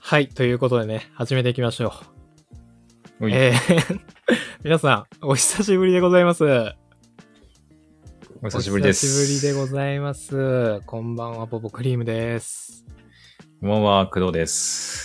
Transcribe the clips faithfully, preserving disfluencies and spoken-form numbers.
はい、ということでね、始めていきましょう。 おいえー、皆さん、お久しぶりでございます。 お久しぶりです。 お久しぶりでございます。こんばんは、ボボクリームです。 こんばんは、工藤です。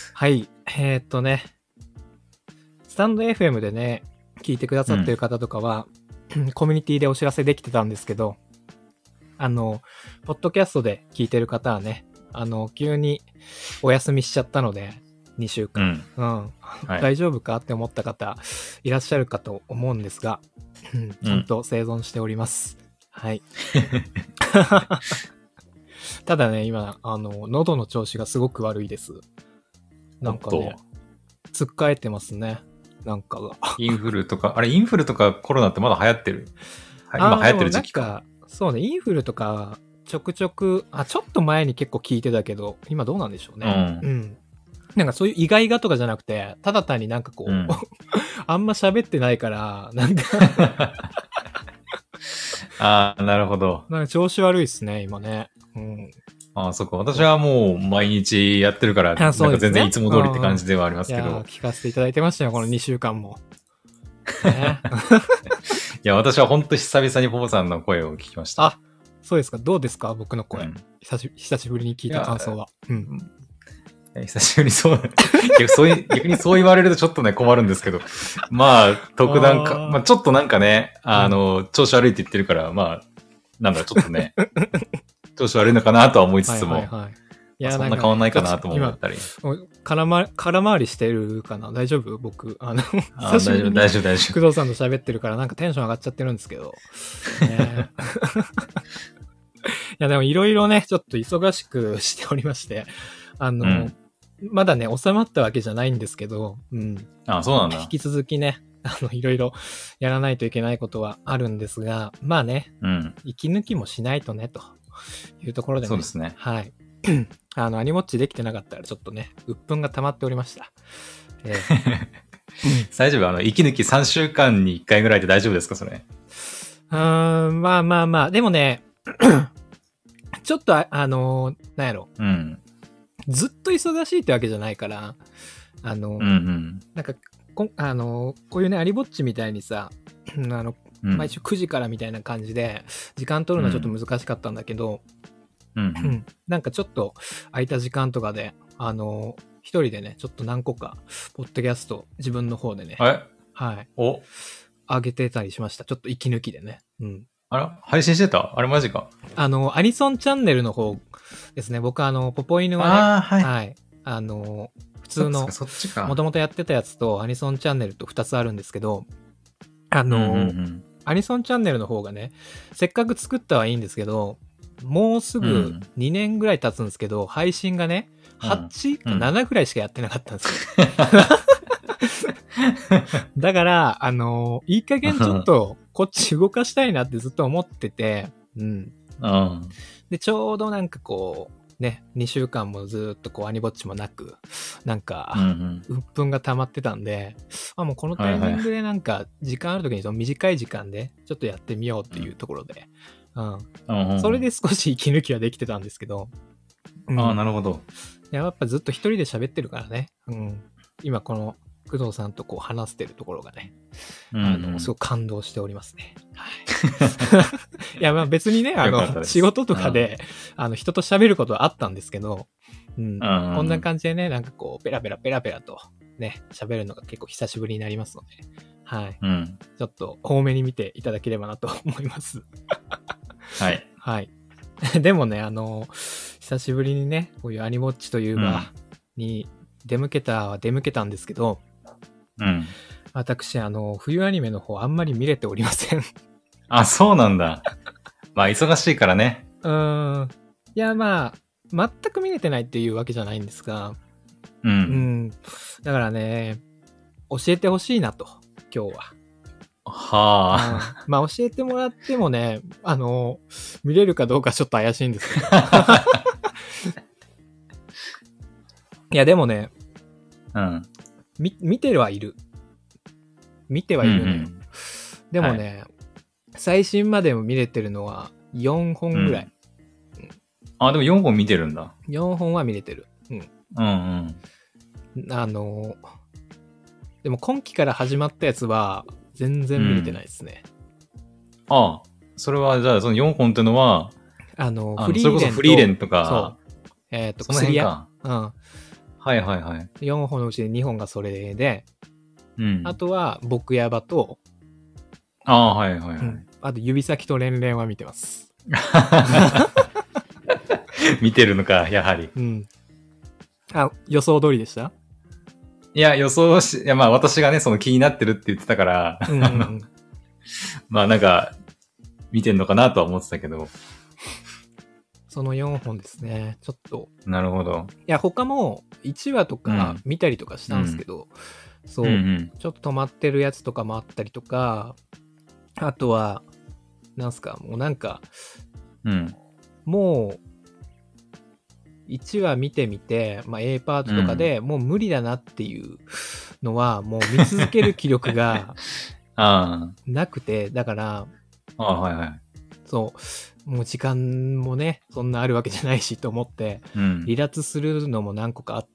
はい、えー、っとね、スタンド エフエム でね、聞いてくださってる方とかは、うん、コミュニティでお知らせできてたんですけど、あの、ポッドキャストで聞いてる方はね、あの、急にお休みしちゃったので、にしゅうかん。うん。うん、はい、大丈夫かって思った方いらっしゃるかと思うんですが、ちゃんと生存しております。うん、はい。ただね、今、あの、喉の調子がすごく悪いです。なんかね、つっかえてますね。なんかが。 インフルとか、あれ、インフルとかコロナってまだ流行ってる？今流行ってる時期か。 そうね、インフルとか、ちょくちょく、あ、ちょっと前に結構聞いてたけど、今どうなんでしょうね。うん。うん、なんかそういう意外がとかじゃなくて、ただ単になんかこう、うん、あんま喋ってないから、なんかああ、なるほど。 なんか調子悪いっすね、今ね。うん。 ああ、そっか。私はもう毎日やってるから、なんか全然いつも通りって感じではありますけど。 いや聞かせていただいてましたよ、このにしゅうかんも。ね、 いや、私は本当久々にポポさんの声を聞きました。 あ、そうですか。どうですか僕の声、うん、久し。久しぶりに聞いた感想は。うん。 久しぶりにそう、そういう、逆にそう言われるとちょっとね、困るんですけど。まあ、特段か、まあちょっとなんかね、あの、うん、調子悪いって言ってるから、まあ、なんだ、ちょっとね、調子悪いのかなとは思いつつも。はいはいはい、いや、まあ、そんな変わんないかなとも思ったり。 空回り、空回りしてるかな大丈夫僕。あの、 あ大丈夫、大丈夫、大丈夫。 工藤さんと喋ってるからなんかテンション上がっちゃってるんですけど。ね、いや、でもいろいろね、ちょっと忙しくしておりまして、あの、うんまだね、収まったわけじゃないんですけど、うん。 ああ、そうなんだ。 引き続きね、あの、いろいろやらないといけないことはあるんですが、まあね、うん、息抜きもしないとね、というところでね。 そうですね。 はい。あの、アニモッチできてなかったら、ちょっとね、鬱憤が溜まっておりました。えー、大丈夫あの、息抜きさんしゅうかんにいっかいぐらいで大丈夫ですかそれ。 うーん、まあまあまあ、でもね、ちょっとあ、あのー、なんやろ。うん。ずっと忙しいってわけじゃないから、あの、うんうん、なんかこ、あの、こういうね、アリぼっちみたいにさ、あの、うん、毎週くじからみたいな感じで、時間取るのはちょっと難しかったんだけど、うんうん、なんかちょっと空いた時間とかで、あの、一人でね、ちょっと何個か、ポッドキャスト、自分の方でね、はい。 お上げてたりしました。ちょっと息抜きでね。うん。 あら配信してたあれマジか。 あの、アニソンチャンネルの方ですね。僕あの、ポポイヌはね、 あ、はい、 はい。あの、普通の、もともとやってたやつとアニソンチャンネルとふたつあるんですけど、あの、うんうんうん、アニソンチャンネルの方がね、せっかく作ったはいいんですけど、もうすぐにねんぐらい経つんですけど、うん、配信がね、はちかななぐらいしかやってなかったんですよ。うん、だから、あの、いい加減ちょっとこっち動かしたいなってずっと思ってて、うん。うん、で、ちょうどなんかこう、ね、にしゅうかんもずっとこうアニぼっちもなく、なんか、鬱憤が溜まってたんで、あ、もうこのタイミングでなんか、時間ある時にその短い時間でちょっとやってみようっていうところで、うん。それで少し息抜きはできてたんですけど。 うん、ああ、なるほど。 やっぱずっと一人で喋ってるからね。うん。今この工藤さんとこう話してるところがね、うんうん、あの、すごく感動しておりますね。はい。いや、まあ別にね、あの、仕事とかで、うん、あの、人と喋ることはあったんですけど、うん。うん、こんな感じでね、なんかこう、ペラペラペラペラとね、喋るのが結構久しぶりになりますので、はい。うん、ちょっと多めに見ていただければなと思います。 はい。 はい。でもね、あの、久しぶりにね、こういうアニモッチという場に出向けたは出向けたんですけど、うん。私、あの、冬アニメの方あんまり見れておりません。 あ、そうなんだ。まあ、忙しいからね。 うーん。いや、まあ、全く見れてないっていうわけじゃないんですが、うん。うん。だからね、教えてほしいなと、今日は。 はあ、 うん。まあ、教えてもらってもね、あの、見れるかどうかちょっと怪しいんですけど。いや、でもね、うん。み、見てはいる。見てはいるのよ。うんうん、でもね、はい、最新までも見れてるのはよんほんぐらい。 うん、あ、でもよんほん見てるんだ。 よんほんは見れてる。うん。 うんうん。 あの、でも今期から始まったやつは全然見れてないですね。 うん、ああ、それはじゃあそのよんほんっていうのは、 あの、 あのフリーレンと、 それこそフリーレンとか、 そう。えっ、ー、と、 その辺か。 うん。 はいはいはい。 よんほんのうちでにほんがそれで、 うん、 あとは僕やばと、 ああ、はいはいはい。うん、 あと指先と連連は見てます。 見てるのか、やはり。 うん。あ、予想通りでした？ いや、予想し、いやまあ私がね、その気になってるって言ってたから、うんうんうん、まあなんか、見てんのかなとは思ってたけど。 そのよんほんですね。ちょっと。 なるほど。 いや、他もいちわとか見たりとかしたんですけど、うん、そう、うんうん、ちょっと止まってるやつとかもあったりとか、あとは、なんすか、もうなんか、 うん、 もう、いちわ見てみて、まあ、A パートとかでもう無理だなっていうのは、もう見続ける気力がなくて、だから、 ああ、はいはい。 そう、もう時間もね、そんなあるわけじゃないしと思って、うん、離脱するのも何個かあって、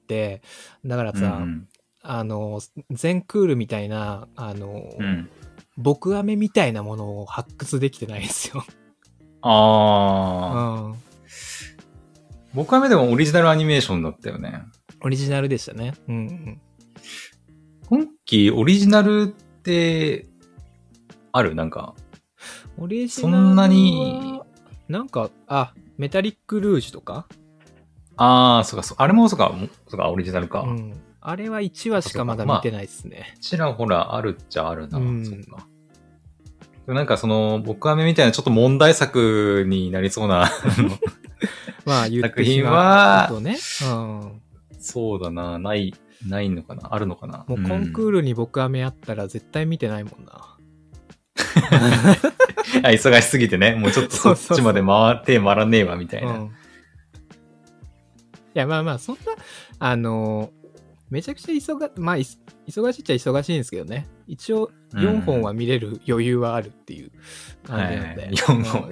だからさ、うんうん、あの、全クールみたいな、あの、うん、僕アメみたいなものを発掘できてないんですよ。 ああ。うん。僕アメでもオリジナルアニメーションだったよね。 オリジナルでしたね。うん、うん。 今期オリジナルってある？なんか。 オリジナルはそんなに。なんか、あ、メタリックルージュとか？ ああ、そうか、そう。あれもそうか、そうか、オリジナルか。 うん。あれはいちわしかまだ見てないですね。 ちらほらあるっちゃあるな。うん、そうか。なんかその、僕アメみたいなちょっと問題作になりそうなまあ、 作品は、 ね、うん、 そうだな、ない、ないのかな、あるのかな。 もうコンクールに僕アメあったら絶対見てないもんな。 あ、忙しすぎてね、もうちょっとそっちまで回って回らねえわみたいな。うん、いや、まあまあ、そんな、あの、めちゃくちゃ忙が、まあ、忙しいっちゃ忙しいんですけどね。一応よんほんは見れる余裕はあるっていう感じなので。うんはい、 よんほん。うん、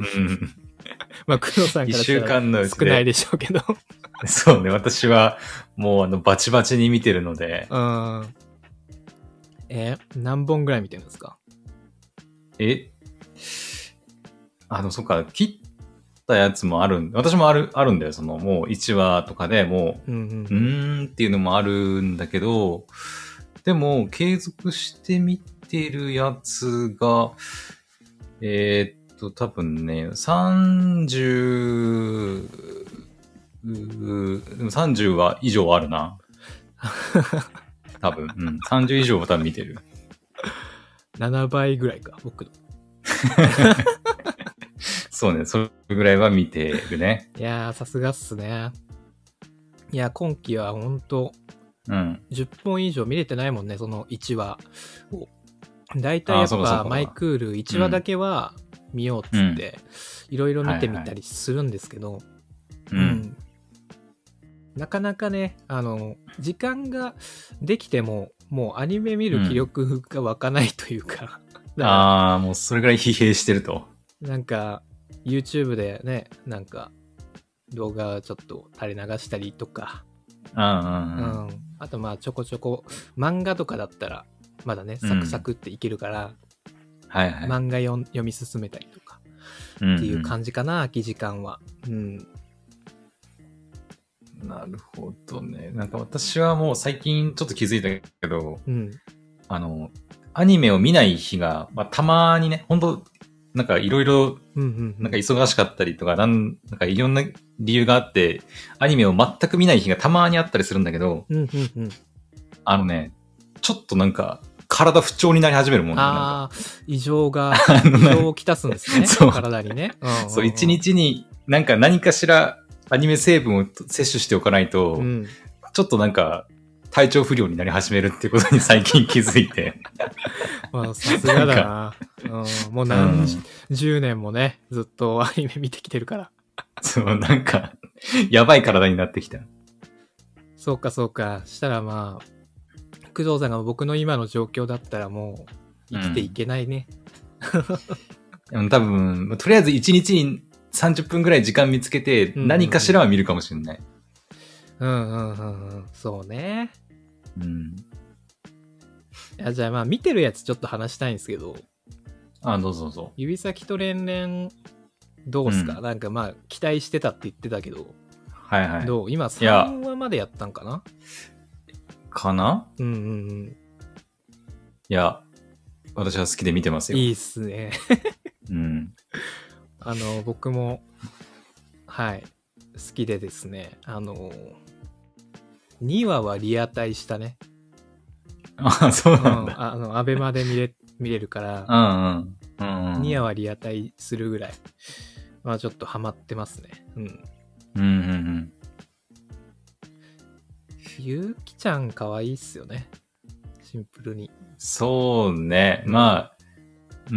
まあ、黒さんからしたら少ないでしょうけど。 そうね、私はもうあのバチバチに見てるので。 うん。えー、何本ぐらい見てるんですか？ えあの、そっか、切ったやつもあるん私もある、あるんだよ。その、もういちわとかでもう、うん、うん、うーんっていうのもあるんだけど、でも、継続して見てるやつが、えー、っと、多分ね、さんじゅう、でもさんじゅうは以上あるな。多分、うん。さんじゅう以上は多分見てる。 ななばいぐらいか、僕の。 そうね、それぐらいは見てるね。 いやー、さすがっすね。いや、今期はほんと、うん、じゅっぽん以上見れてないもんね、そのいちわを。だいたいやっぱマイクールいちわだけは見ようっつって、いろいろ見てみたりするんですけど、うんうん、なかなかね、あの、時間ができても、もうアニメ見る気力が湧かないというか。 うん、ああ、もうそれぐらい疲弊してると。 なんか、YouTube でね、なんか、動画ちょっと垂れ流したりとか、 うんうんうんうん、あとまあちょこちょこ漫画とかだったらまだねサクサクっていけるから、 うんはいはい、 漫画読, 読み進めたりとかっていう感じかな、うんうん、空き時間は、うん、 なるほどね。なんか私はもう最近ちょっと気づいたけど、うん、あのアニメを見ない日が、まあ、たまにね本当なんかいろいろ、なんか忙しかったりとか、なん、なんかいろんな理由があって、アニメを全く見ない日がたまにあったりするんだけど、 うんうんうん、 あのね、ちょっとなんか、体不調になり始めるもんね。 ああ、異常が、異常をきたすんですね。そう。体にね。 うんうんうん、そう、一日になんか何かしらアニメ成分を摂取しておかないと、うん、ちょっとなんか、体調不良になり始めるっていうことに最近気づいて。 まあ、さすがだな。うん、もう何十年もね、ずっとアニメ見てきてるから。 そう、なんか、やばい体になってきた。 そうか、そうか。したらまあ、工藤さんが僕の今の状況だったらもう、生きていけないね。 うん、多分、とりあえずいちにちにさんじゅっぷんぐらい時間見つけて、何かしらは見るかもしれない。 うんうんうんうん、そうね。 うん。 いや、じゃあまあ見てるやつちょっと話したいんですけど。 あ、どうぞどうぞ。 指先と連連どうすか、うん、なんかまあ期待してたって言ってたけど。 はいはい。 どう今さんわまでやったんかなかなうんうんうん。 いや、私は好きで見てますよ。 いいっすね。 うん。 あの、僕も、はい、好きでですね、あの、にわはリアタイしたね。 あ、そうなんだ。 うん、あの、アベマで見れ、見れるから、 うんうん。うんうん、 にわはリアタイするぐらい、まあちょっとハマってますね。うん。 うんうんうん。 ゆうきちゃん可愛いっすよね。シンプルに。 そうね。まあ、うん、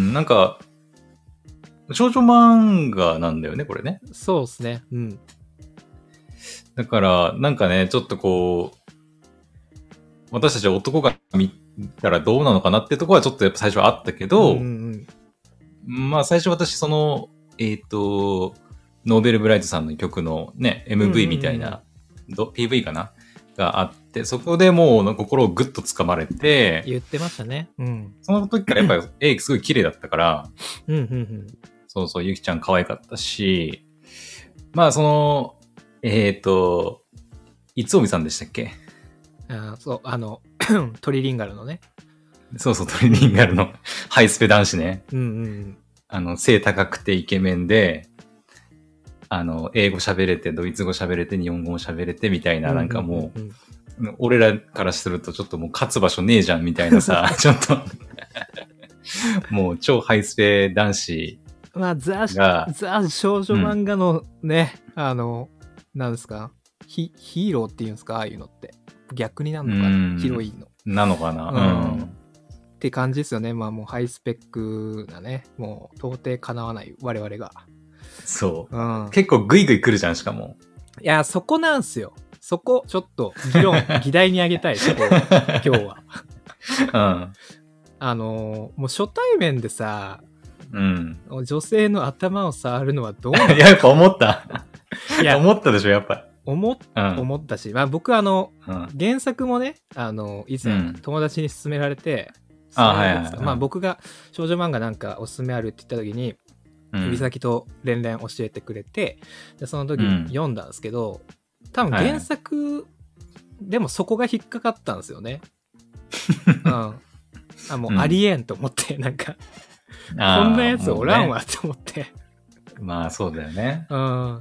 なんか、少女漫画なんだよね、これね。 そうっすね。うん。 だから、なんかね、ちょっとこう、私たち男が見たらどうなのかなってとこはちょっとやっぱ最初はあったけど、うんうんうん、まあ最初私その、えっ、ー、と、ノーベルブライトさんの曲のね、エムブイ みたいな、うんうん、ピーブイ かながあって、そこでもう心をぐっと掴まれて、 言ってましたね。うん。 その時からやっぱり絵すごい綺麗だったから、 うんうんうん、 そうそう、ゆきちゃん可愛かったし、まあその、えっ、ー、と、いつおみさんでしたっけ？ あそう、あの、トリリンガルのね。 そうそう、トリリンガルのハイスペ男子ね。 うんうんうん。 あの、背高くてイケメンで、あの、英語喋れて、ドイツ語喋れて、日本語も喋れてみたいな、なんかもう、うんうんうん、俺らからするとちょっともう勝つ場所ねえじゃんみたいなさ、ちょっと、もう超ハイスペ男子が。 まあ、ザ、ザ少女漫画のね、うん、あの、なんですかヒ、ヒーローっていうんですかああいうのって。逆になんのかなヒロインの。 なのかな、うん、 うん。って感じですよね。まあもうハイスペックなね、もう到底叶わない我々が。 そう。 うん、 結構グイグイ来るじゃん、しかも。 いや、そこなんすよ。そこ、ちょっと、議論、議題にあげたい、そこ、今日は。 うん。 あの、もう初対面でさ、 うん。 女性の頭を触るのはどうなの？ やっぱ思った。いや、思ったでしょ、やっぱ。 思, うん、思ったし、まあ僕あの、うん、原作もね、あの、以前、うん、友達に勧められて、 あ、はいはいはい、 まあ僕が少女漫画なんかおすすめあるって言った時に、うん、指先と連々教えてくれて、でその時読んだんですけど、うん、多分原作でもそこが引っかかったんですよね。うん、あもうありえんと思って、うん、なんかこんなやつおらんわと思って、ね、 まあそうだよね。 うん。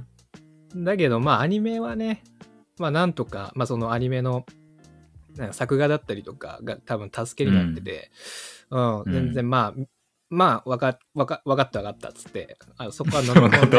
だけどまあアニメはね、まあなんとか、まあそのアニメのなんか作画だったりとかが多分助けになってて、うん、うん、全然まあ、まあわかわかわかったわかったっつって、あそこは飲み込ん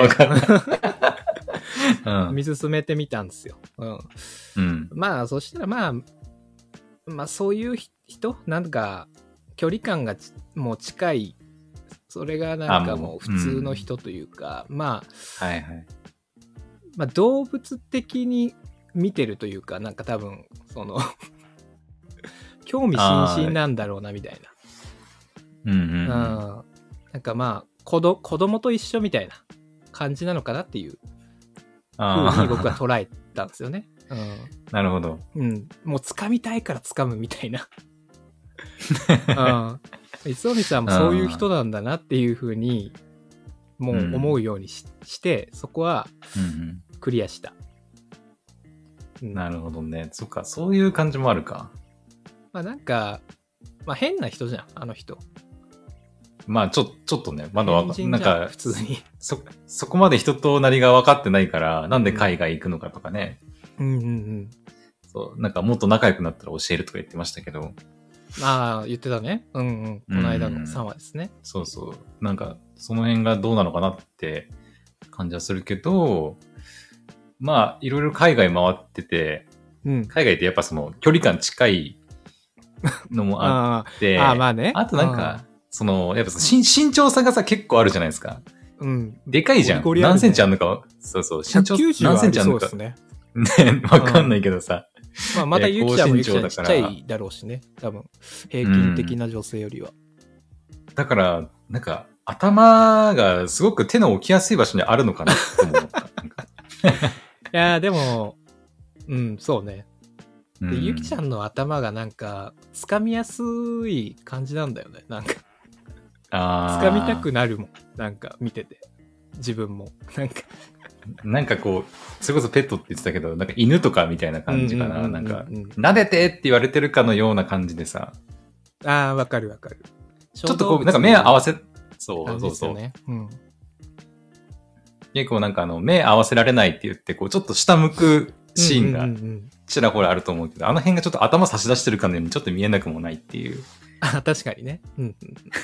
でうん、見進めてみたんですよ。うん。うん、まあそしたらまあまあそういう人なんか距離感がもう近い。それがなんかもう普通の人というか、うん、まあ、はいはい。 まあ動物的に見てるというか、なんか多分、その、興味津々なんだろうなみたいな。うんうん、うん。 なんかまあ、子ど、子供と一緒みたいな感じなのかなっていう風に僕は捉えたんですよね。うん、 なるほど。 うん。もう掴みたいから掴むみたいな。うん磯海さんもそういう人なんだなっていう風にもう思うように し,、うん、してそこはクリアした、 うんうん、なるほどね。そっかそういう感じもあるか。 まあなんか、まあ、変な人じゃんあの人。 まあちょちょっとねまだわかなんか普通にそそこまで人となりが分かってないからなんで海外行くのかとかね、 うんうんうんうんそうなんかもっと仲良くなったら教えるとか言ってましたけど。 ああ、言ってたね。うんうん。この間のさんわですね。 そうそう。なんか、その辺がどうなのかなって感じはするけど、まあ、いろいろ海外回ってて、うん、海外ってやっぱその距離感近いのもあって、 あ, あまあね。 あとなんか、その、やっぱその身長差がさ結構あるじゃないですか。 うん。 でかいじゃん。ゴリゴリあるね、何センチあるのか。そうそう。身長何センチあるのか。 ね。 ね、わかんないけどさ。 まあ、またゆきちゃんもゆきちゃんちっちゃいだろうしね。多分、平均的な女性よりは。 うん、だから、なんか、頭がすごく手の置きやすい場所にあるのかなって思った。いやー、でも、うん、そうね。 で、ゆきちゃんの頭がなんか、つかみやすい感じなんだよね。なんか、 あつかみたくなるもん。なんか、見てて。自分も。なんか。 なんかこう、それこそペットって言ってたけど、なんか犬とかみたいな感じかな。なんか、撫でてって言われてるかのような感じでさ。 ああ、わかるわかる。 ちょっとこう、なんか目合わせ、そうそうそう。 ね、うん。 結構なんかあの、目合わせられないって言って、こう、ちょっと下向くシーンが、ちらほらあると思うけど、あの辺がちょっと頭差し出してるかのようにちょっと見えなくもないっていう。 あ、確かにね。うん、うん。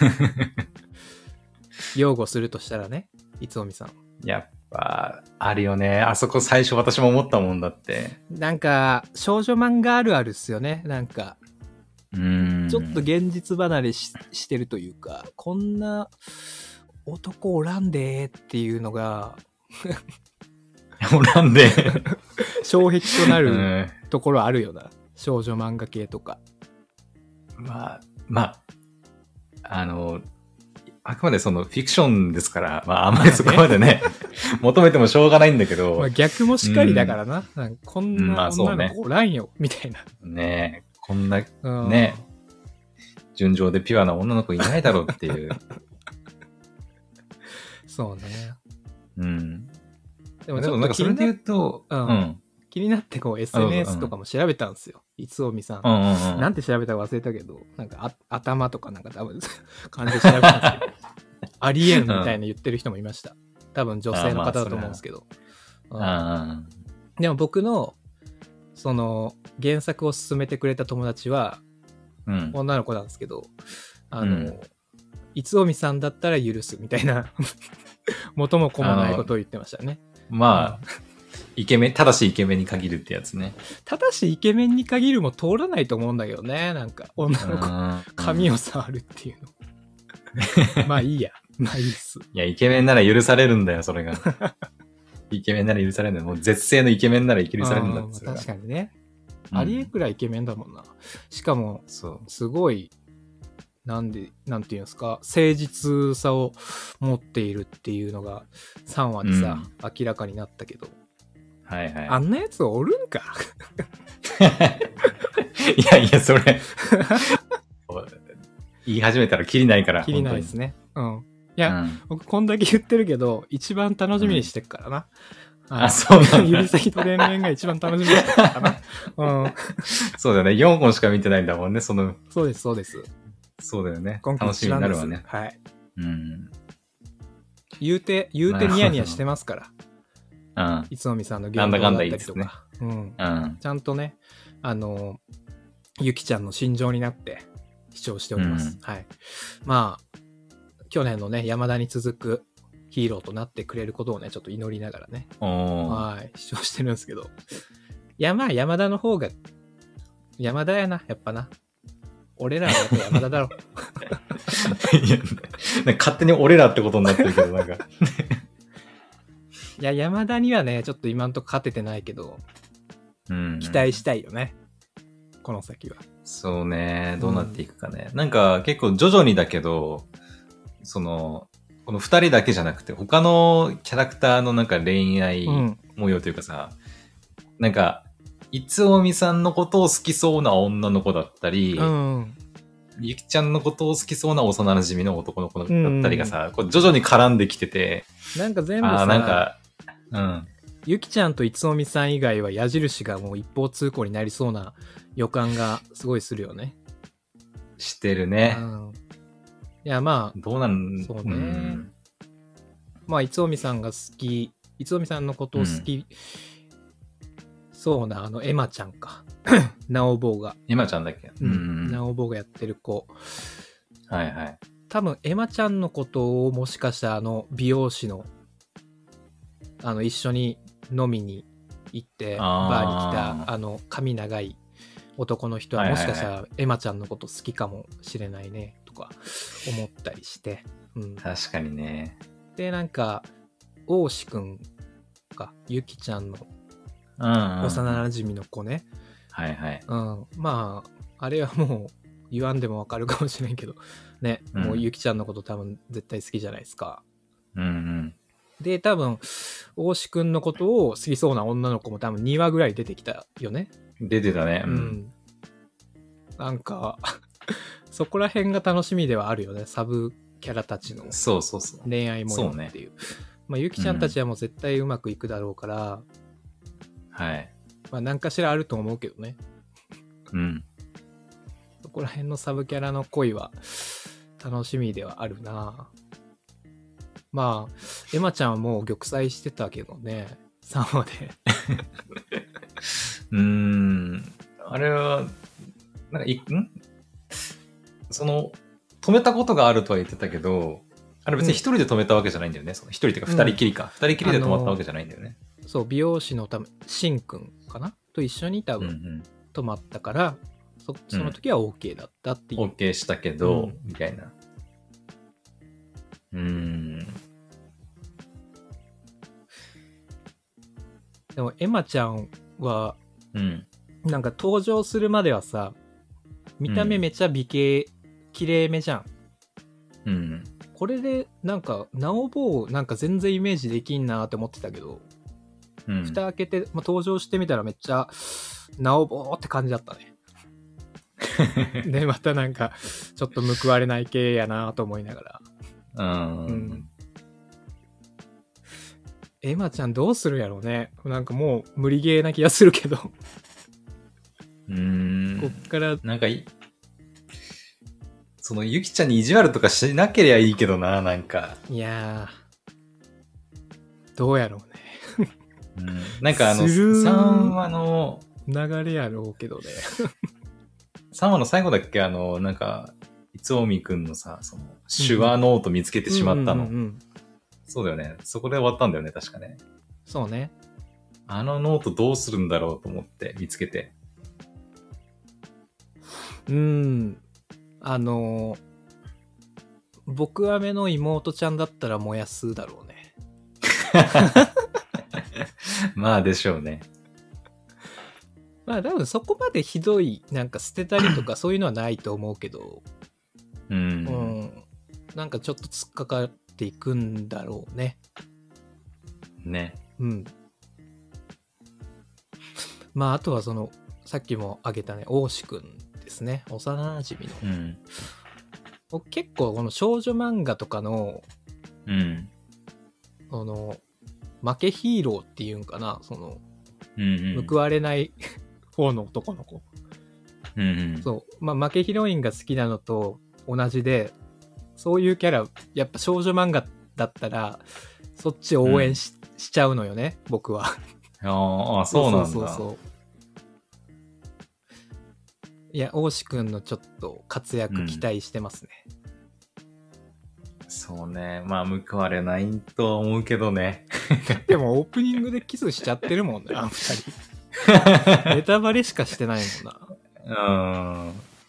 擁護するとしたらね、いつおみさん。 やっぱ、あるよね。あそこ最初私も思ったもんだって。 なんか、少女漫画あるあるっすよね。なんか、 うーんちょっと現実離れ し, してるというか、こんな男おらんでーっていうのが、 おらんで障壁となるところあるよな。少女漫画系とか。 まあ、まあ、あの、あくまでそのフィクションですから、まああんまりそこまでね、求めてもしょうがないんだけど。 まあ逆もしっかりだからな。うん、なんかこんな女の子おらんよ、みたいな。 ねえ、こんな、ね、純情でピュアな女の子いないだろうっていう。 そうね。 うん。でもちょっとなんかそれで言うと、 うん。うん、気になってこう エスエヌエス とかも調べたんですよ。いつおみさん。うんうんうん、なんて調べたか忘れたけど、なんかあ頭とかなんか多分感じで調べたんですけど、ありえんみたいな言ってる人もいました。多分女性の方だと思うんですけど。 ああうん、 でも僕のその原作を勧めてくれた友達は、うん、女の子なんですけど、あの、うん、いつおみさんだったら許すみたいな元も子もないことを言ってましたね。 まあ、イケメン、ただしイケメンに限るってやつね。 ただしイケメンに限るも通らないと思うんだけどね。なんか女の子髪を触るっていうの。まあいいや。まあいいっす。 いや、イケメンなら許されるんだよ、それが。イケメンなら許されるんだよ。もう絶世のイケメンなら許されるんだって。 確かにね。うん、ありえくらいイケメンだもんな。しかも、すごい、なんで、なんていうんですか、誠実さを持っているっていうのがさんわでさ、うん、明らかになったけど。 はいはい。 あんなやつおるんかいやいや、それ。言い始めたらキリないから。 キリないですね。うん。いや、うん、僕こんだけ言ってるけど、一番楽しみにしてるからな。 うん、あ, あ、そうなんだ。 指先と連連が一番楽しみにしてるからな。うん。 そうだね。よんほんしか見てないんだもんね、その。 そうです、そうです。 そうだよね。楽しみになるわね。 はい。 うん。 言うて、言うてニヤニヤしてますから。 うん。 いつおみさんの言動だったりとか。 ね、 うん。うん。ちゃんとね、あの、ゆきちゃんの心情になって視聴しております。うん、はい。まあ、去年のね、山田に続くヒーローとなってくれることをね、ちょっと祈りながらね。はい。視聴してるんですけど。いや、まあ、山田の方が、山田やな、やっぱな。俺らはやっぱ山田だろ。 いや、なんか勝手に俺らってことになってるけど、なんか。 いや、山田にはね、ちょっと今んとこ勝ててないけど、うん、期待したいよね。この先は。 そうね、どうなっていくかね。うん、なんか結構徐々にだけど、その、この二人だけじゃなくて、他のキャラクターのなんか恋愛模様というかさ、うん、なんか、いつおみさんのことを好きそうな女の子だったり、うん、ゆきちゃんのことを好きそうな幼馴染の男の子だったりがさ、うん、こう徐々に絡んできてて、 なんか全部さ、 あなんか、うん。 ゆきちゃんといつおみさん以外は矢印がもう一方通行になりそうな予感がすごいするよね。 してるね。 うん、いや、まあ、 どうなんそうね。うん、まあ、いつおみさんが好き、いつおみさんのことを好き、うん、そうな、あの、エマちゃんか。なおぼうが。 エマちゃんだっけ？ うん。なおぼうがやってる子。 はいはい。 多分、エマちゃんのことをもしかしたら、あの、美容師の、あの、一緒に飲みに行って、バーに来た、あの、髪長い男の人は、もしかしたら、エマちゃんのこと好きかもしれないね、とか、思ったりして。うん。 確かにね。 で、なんか、大志くんか、ゆきちゃんの、幼馴染の子ね。 はいはい。 うん。まあ、あれはもう言わんでもわかるかもしれんけど、ね、うん、もうゆきちゃんのこと多分絶対好きじゃないですか。 うんうん。 で、多分、大志くんのことを好きそうな女の子も多分にわぐらい出てきたよね。 出てたね。 うん。うん、なんか、そこら辺が楽しみではあるよね。サブキャラたちのそうそうそう。 恋愛模様っていう。そうね、まあ、ゆきちゃんたちはもう絶対うまくいくだろうから、うん、 はい。 まあ、何かしらあると思うけどね。 うん。 そこら辺のサブキャラの恋は楽しみではあるな。まあ、エマちゃんはもう玉砕してたけどね。さんわで。 うーん。あれは、なんかい、んその、止めたことがあるとは言ってたけど、あれ別に一人で止めたわけじゃないんだよね。一、うん、人っていうか二人きりか。二、うん、人きりで止まったわけじゃないんだよね。 そう、美容師のため、しんくんかなと一緒に多分止まったから、うんうん、そ, その時は OK だったっていう。 うん、OK したけど、うん、みたいな。うーん。 でも、エマちゃんは、うん、なんか登場するまではさ、見た目めちゃ美形、綺麗めじゃん。うん。これで、なんか、ナオボーなんか全然イメージできんなって思ってたけど、うん、蓋開けて、まあ、登場してみたらめっちゃ、ナオボーって感じだったね。で、またなんか、ちょっと報われない系やなと思いながら。うん。うんエマちゃんどうするやろうね。なんかもう無理ゲーな気がするけど。 うーん。 こっから。 なんかい、そのゆきちゃんに意地悪とかしなければいいけどな、なんか。 いやー。どうやろうね。 うん、なんかあの、さんわの。 流れやろうけどね。 さんわの最後だっけあの、なんか、いつおみくんのさ、その、手話ノート見つけてしまったの。そうだよね。そこで終わったんだよね、確かね。 そうね。 あのノートどうするんだろうと思って見つけて。 うーん。あのー、僕アメの妹ちゃんだったら燃やすだろうね。 まあでしょうね。 まあ多分そこまでひどい、なんか捨てたりとかそういうのはないと思うけど、 うん、うん。なんかちょっと突っかかっていくんだろうね。 ね。 うん。まああとはその、さっきも挙げたね、大志くんですね。幼馴染の。うん。僕結構この少女漫画とかの、 うん。 その、負けヒーローっていうんかな、その、 うんうん、 報われない方の男の子。 うんうん、 そう。まあ負けヒロインが好きなのと同じで、そういうキャラ、やっぱ少女漫画だったら、そっちを応援 し,、うん、しちゃうのよね、僕は。 ああ、そうなんだ。そうそうそう。 いや、大志くんのちょっと活躍期待してますね。 うん、そうね。まあ、報われないとは思うけどね。 でも、オープニングでキスしちゃってるもんね、あの二人。ネタバレしかしてないもんな。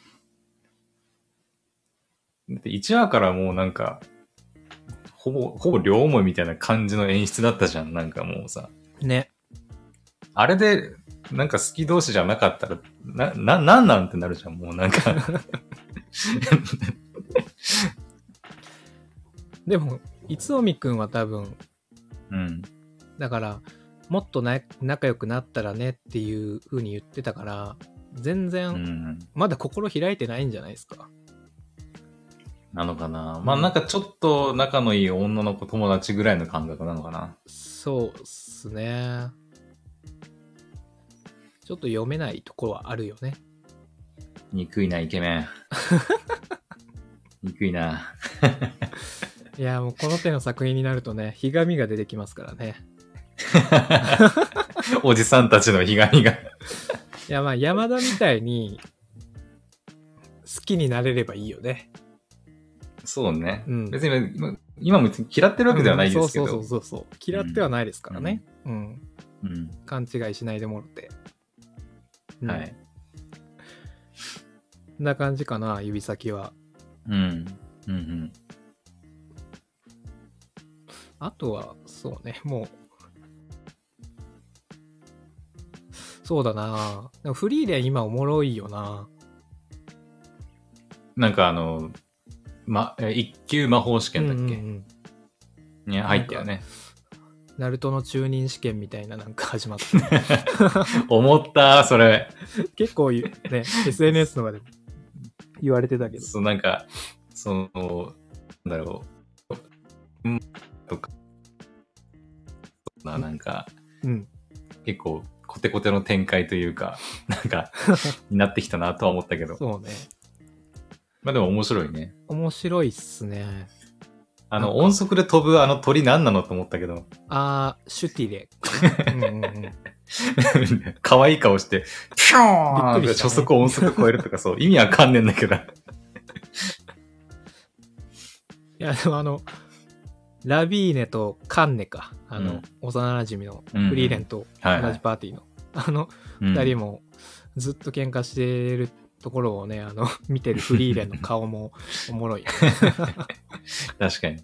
うん。いちわからもうなんか、ほぼ、ほぼ両思いみたいな感じの演出だったじゃん。なんかもうさ。 ね。 あれで、なんか好き同士じゃなかったら、な、な、なんなんってなるじゃん。もうなんか。 でも、いつおみくんは多分、 うん。 だから、もっとな仲良くなったらねっていう風に言ってたから、全然、まだ心開いてないんじゃないですか。 なのかな。まあなんかちょっと仲のいい女の子友達ぐらいの感覚なのかな。 そうっすね。ちょっと読めないところはあるよね。 憎いな、イケメン。憎いな。 いや、もうこの手の作品になるとね、ひがみが出てきますからね。 おじさんたちのひがみが。いや、まあ山田みたいに好きになれればいいよね。 そうね。うん、別に今も嫌ってるわけではないですけど。 うん、そうそうそうそう。嫌ってはないですからね。うん。うんうん、勘違いしないでもろて。 うん、はい。 こんな感じかな、指先は。 うん。うんうん。 あとは、そうね、もう。そうだな。フリーレン今おもろいよな。 なんかあの、ま、一級魔法試験だっけ、うんうんうん、に入ったよね。 ナルトの中任試験みたいななんか始まって思ったそれ結構ね エスエヌエス とかで言われてたけど、 そうなんかそのなんだろううんとかななんか、うん、結構コテコテの展開というかなんかになってきたなとは思ったけど、 そうね。 まあでも面白いね。 面白いっすね。 あの音速で飛ぶあの鳥何なのと思ったけど。 あーシュティレ。うんうんうん。 可愛い顔してピョーンって初速音速超えるとかそう意味わかんねえんだけど。いやでもあのラビーネとカンネかあの、うん、幼馴染のフリーレンと同じパーティーの、うんはいはい、あの二人もずっと喧嘩してるところをねあの見てるフリーレンの顔もおもろい、ね、 確かに。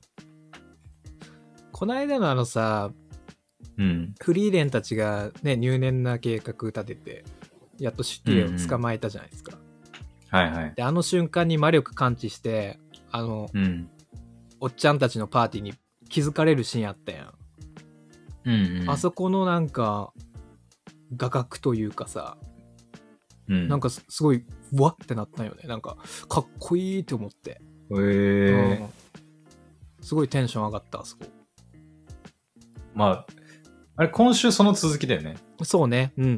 この間のあのさ、 うん、 フリーレンたちがね入念な計画立ててやっとシュティレを捕まえたじゃないですか、 うんうん、はいはい。 であの瞬間に魔力感知してあの、うん、おっちゃんたちのパーティーに気づかれるシーンあったやん、 うんうん、 あそこのなんか画角というかさ、うん、なんかすごいわってなったよね。なんかかっこいいと思って、 へー、 うん、すごいテンション上がった。あそこまああれ今週その続きだよね。 そうね。うんうんうん。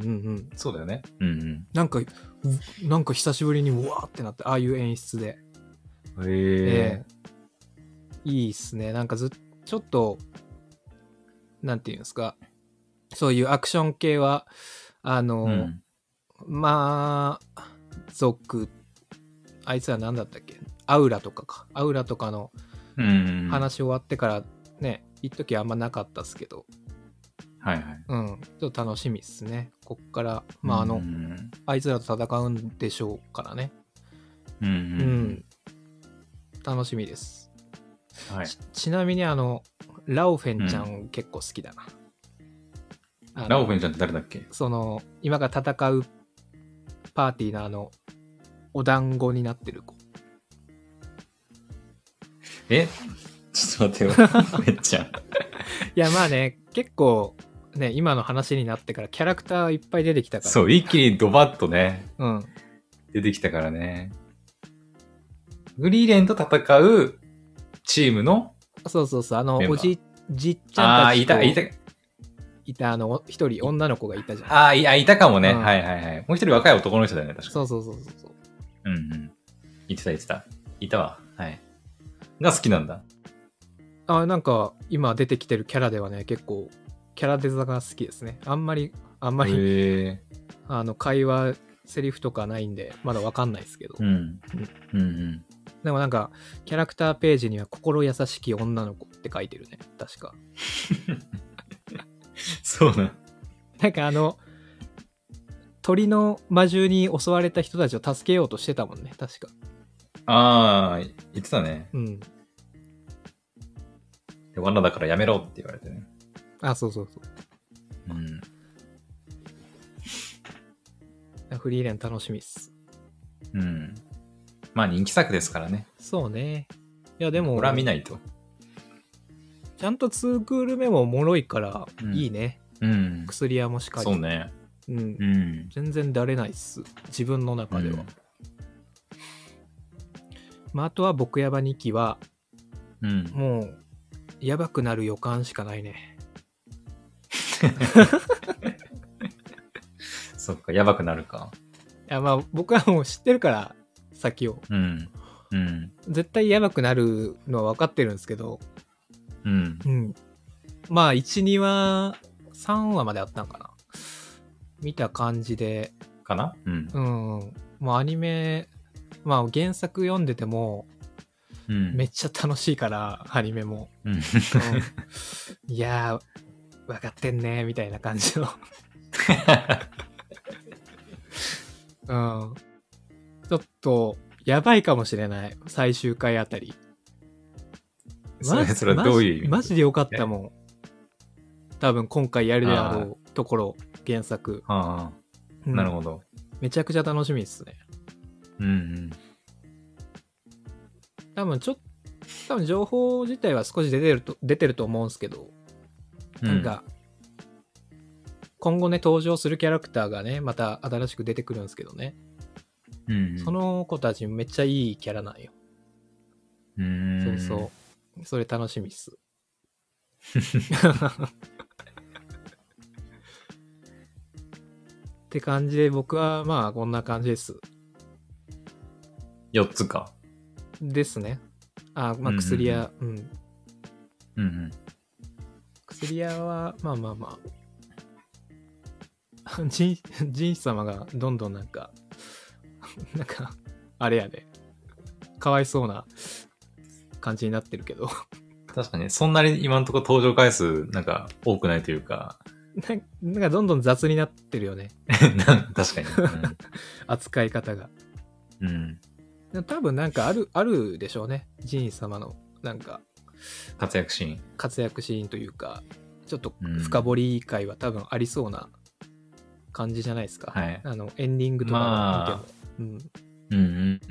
そうだよね。うんうん。 なんかなんか久しぶりにうわーってなって、ああいう演出で。 へえー。いいっすね。なんかずっちょっとなんていうんですか。そういうアクション系はあの、うん、まあ族あいつは何だったっけ？アウラとかか。アウラとかの話終わってからね、一時あんまなかったっすけど。 はいはい。 うん。ちょっと楽しみっすね。こっから、まああの、うん、あいつらと戦うんでしょうからね。 うん、うん。うん。 楽しみです。 はい。 ち, ちなみにあの、ラオフェンちゃん結構好きだな。うん、ラオフェンちゃんって誰だっけ？ その、今が戦うパーティーのあの、お団子になってる子。 えちょっと待ってよ。めっちゃ。いや、まあね、結構、ね、今の話になってからキャラクターいっぱい出てきたから。 そう、一気にドバッとね、 うん、 出てきたからね。フリーレンと戦うチームのそうそうそう、あの、おじ、じっちゃんたちと。 ああ、いた、いた。 いた、あの、一人女の子がいたじゃん。 ああ、いや、いたかもね、うん。はいはいはい。もう一人若い男の人だよね、確かに。 そうそうそうそう。 うんうん。言ってた言ってた。いたわ。はい。が好きなんだ。 あ、なんか、今出てきてるキャラではね、結構、キャラデザが好きですね。あんまり、あんまり、あの、会話、セリフとかないんで、まだわかんないですけど。 うん。うんうん。 でもなんか、キャラクターページには、心優しき女の子って書いてるね。確か。 そうな。 なんかあの、鳥の魔獣に襲われた人たちを助けようとしてたもんね、確か。 ああ、言ってたね。 うん。 で、罠だからやめろって言われてね。 あ、そうそうそう。うん。フリーレン楽しみっす。 うん。まあ人気作ですからね。 そうね。いやでも。 これは見ないと。 ちゃんとにクール目もおもろいからいいね。 うん。 薬屋もしかり。 そうね。 うん。うん、全然だれないっす。自分の中では。うん、まああとは僕やばにきは、 うん、 もうやばくなる予感しかないね。 そっか、やばくなるか。 いやまあ僕はもう知ってるから先を。 うん。うん。 絶対やばくなるのは分かってるんですけど。 うん。 うん。まあいち、にわ、さんわまであったんかな。見た感じで。 かな？うん。 うん。もうアニメ、まあ原作読んでても、うん、めっちゃ楽しいから、アニメも。 うんうん、 いやー、分かってんねみたいな感じの。うん。ちょっと、やばいかもしれない。最終回あたり。 それ、それはどういう意味？ マジでよかったもん。多分今回やるであろうところ、原作。 ああ、うん、なるほど。 めちゃくちゃ楽しみですね。 うんうん。 多分ちょっと、多分情報自体は少し出てると、出てると思うんですけど、 なんか、うん、今後ね登場するキャラクターがねまた新しく出てくるんですけどね、うん、その子たちめっちゃいいキャラなんよ。うん、そうそうそれ楽しみっす。って感じで僕はまあこんな感じです。 よっつかですね。あ、まあ薬屋、うん、うん、うんうん。薬屋はまあまあまあジンジン様がどんどんなんかなんかあれやでかわいそうな感じになってるけど確かにそんなに今のところ登場回数なんか多くないというかな, なんかどんどん雑になってるよね。 確かに、うん、 扱い方が。うん。多分なんかあるあるでしょうね。ジン様のなんか活躍シーン。 活躍シーンというかちょっと深掘り会は多分ありそうな感じじゃないですか。はい、あのエンディングとか見ても、まあ、うん、うんうんうん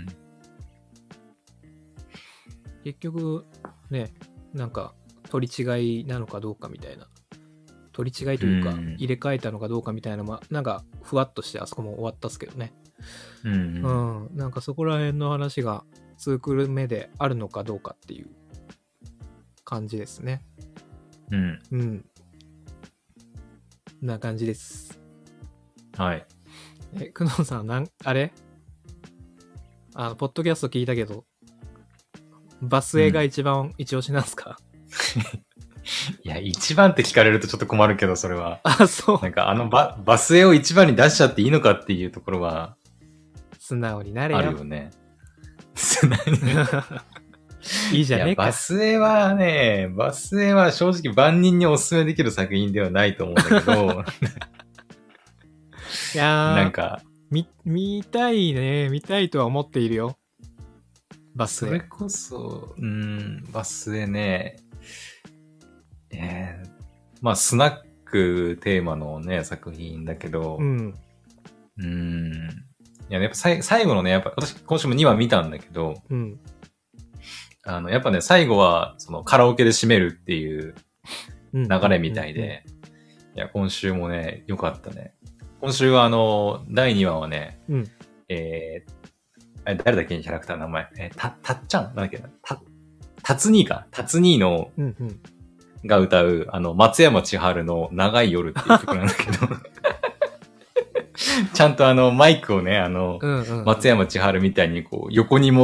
結局ねなんか取り違いなのかどうかみたいな。取り違いというか、うん、入れ替えたのかどうかみたいなのもなんかふわっとしてあそこも終わったっすけどね、うん、うん、なんかそこら辺の話がツークール目であるのかどうかっていう感じですね。うんうんな感じです。はい。え久能さんなんあれあのポッドキャスト聞いたけどバス映が一番、うん、一押しなんすか？ いや、一番って聞かれるとちょっと困るけど、それは。 あ、そう。 なんかあのバ、バス絵を一番に出しちゃっていいのかっていうところは、 素直になれよ。 あるよね。素直に。 いいじゃねえか。 いや、バス絵はね、バス絵は正直万人にお勧めできる作品ではないと思うんだけど。 いやー、なんか、見、見たいね。見たいとは思っているよ。バス絵。 それこそ、うん、バス絵ね。えー、まあスナックテーマのね作品だけど、うん、うーんいややっぱ最後のねやっぱ私今週もにわ見たんだけど、うん、あのやっぱね最後はそのカラオケで締めるっていう流れみたいで、いや今週もね良かったね。今週はあのだいにわはね、うん、えー、誰だっけキャラクターの名前、えー、たたっちゃんなんだっけなたたつにーかたつにーの、うんうんが歌う、あの、松山千春の長い夜っていう曲なんだけど、ちゃんとあの、マイクをね、あの、うんうんうん、松山千春みたいにこう、横に持って、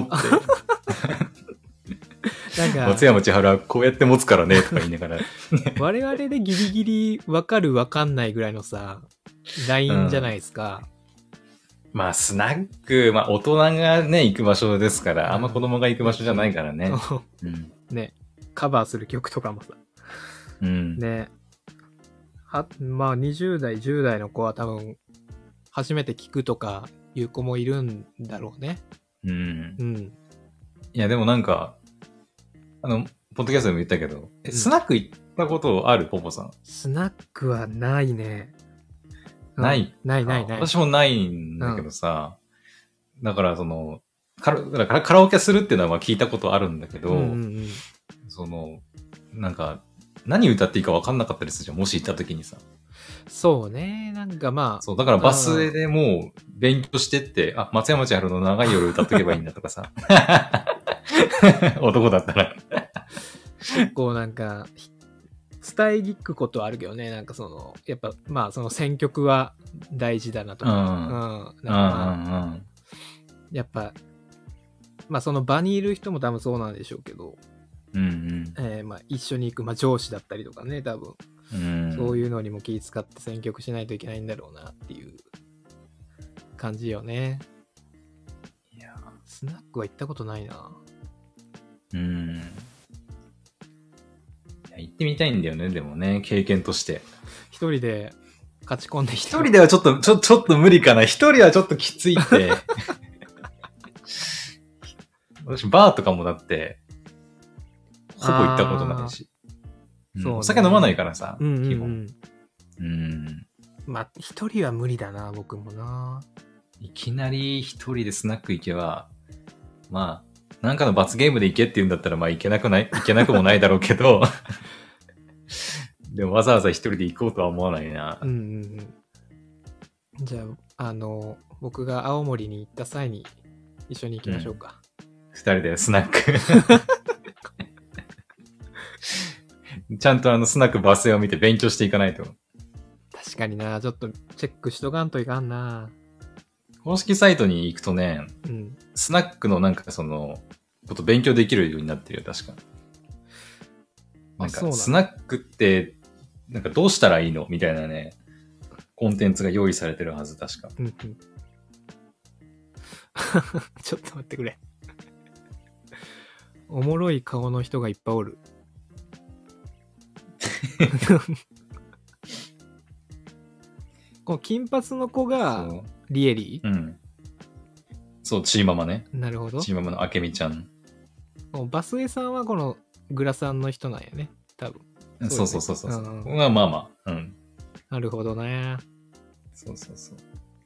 なんか松山千春はこうやって持つからね、とか言いながら。 我々でギリギリわかるわかんないぐらいのさ、ラインじゃないですか。 うん、まあ、スナック、まあ、大人がね、行く場所ですから、あんま子供が行く場所じゃないからね。 うん、ね、カバーする曲とかもさ。うん、ねはまあにじゅう代じゅう代の子は多分初めて聞くとかいう子もいるんだろうね。うん。 うん。いやでもなんかあのポッドキャストでも言ったけど、え、うん、スナック行ったことあるポポさん？ スナックはないね。 ない、 うん、ないないない。 私もないんだけどさ、うん、だからそのカラだからカラオケするっていうのはまあ聞いたことあるんだけど、うんうんうん、そのなんか何歌っていいか分かんなかったりするじゃん、もし行った時にさ。 そうね、なんかまあ。 そう、だからバスでもう勉強してって、あ、松山千春の長い夜歌っとけばいいんだとかさ。男だったら。 結構なんか、伝え聞くことはあるけどね、なんかその、やっぱまあその選曲は大事だなとか。うん。うん。なんかまあ、やっぱ、まあその場にいる人も多分そうなんでしょうけど、うんうんえーまあ、一緒に行く、まあ、上司だったりとかね多分、うん、そういうのにも気遣って選曲しないといけないんだろうなっていう感じよね。いやスナックは行ったことないな。 うんいや行ってみたいんだよねでもね経験として一人で勝ち込んで一人ではちょっとちょちょっと無理かな。一人はちょっときついって私バーとかもだってほぼ行ったことないし。うんそうね、お酒飲まないからさ、うんうんうん、基本。 うん。まあ、一人は無理だな、僕もな。 いきなり一人でスナック行けば、まあ、なんかの罰ゲームで行けって言うんだったら、まあ行けなくない、行けなくもないだろうけど、 でもわざわざ一人で行こうとは思わないな。 うんうんうん。じゃあ、あの、僕が青森に行った際に一緒に行きましょうか。 二、うん、人でスナック。ちゃんとあのスナックバス停を見て勉強していかないと。 確かにな、ちょっとチェックしとかんといかんな。 公式サイトに行くとね、 うん、 スナックのなんかその、こと勉強できるようになってるよ、確か。なんかスナックって、なんかどうしたらいいのみたいなね、コンテンツが用意されてるはず、確か。うんうん、 ちょっと待ってくれ。おもろい顔の人がいっぱいおる。この金髪の子がリエリー？ うん。そう、チーママね。 なるほど。 チーママのあけみちゃん。 バスエさんはこのグラさんの人なんやね、多分。 そうそうそうそう。うん、まあまあまあ。うん。 なるほどね。 そうそうそう。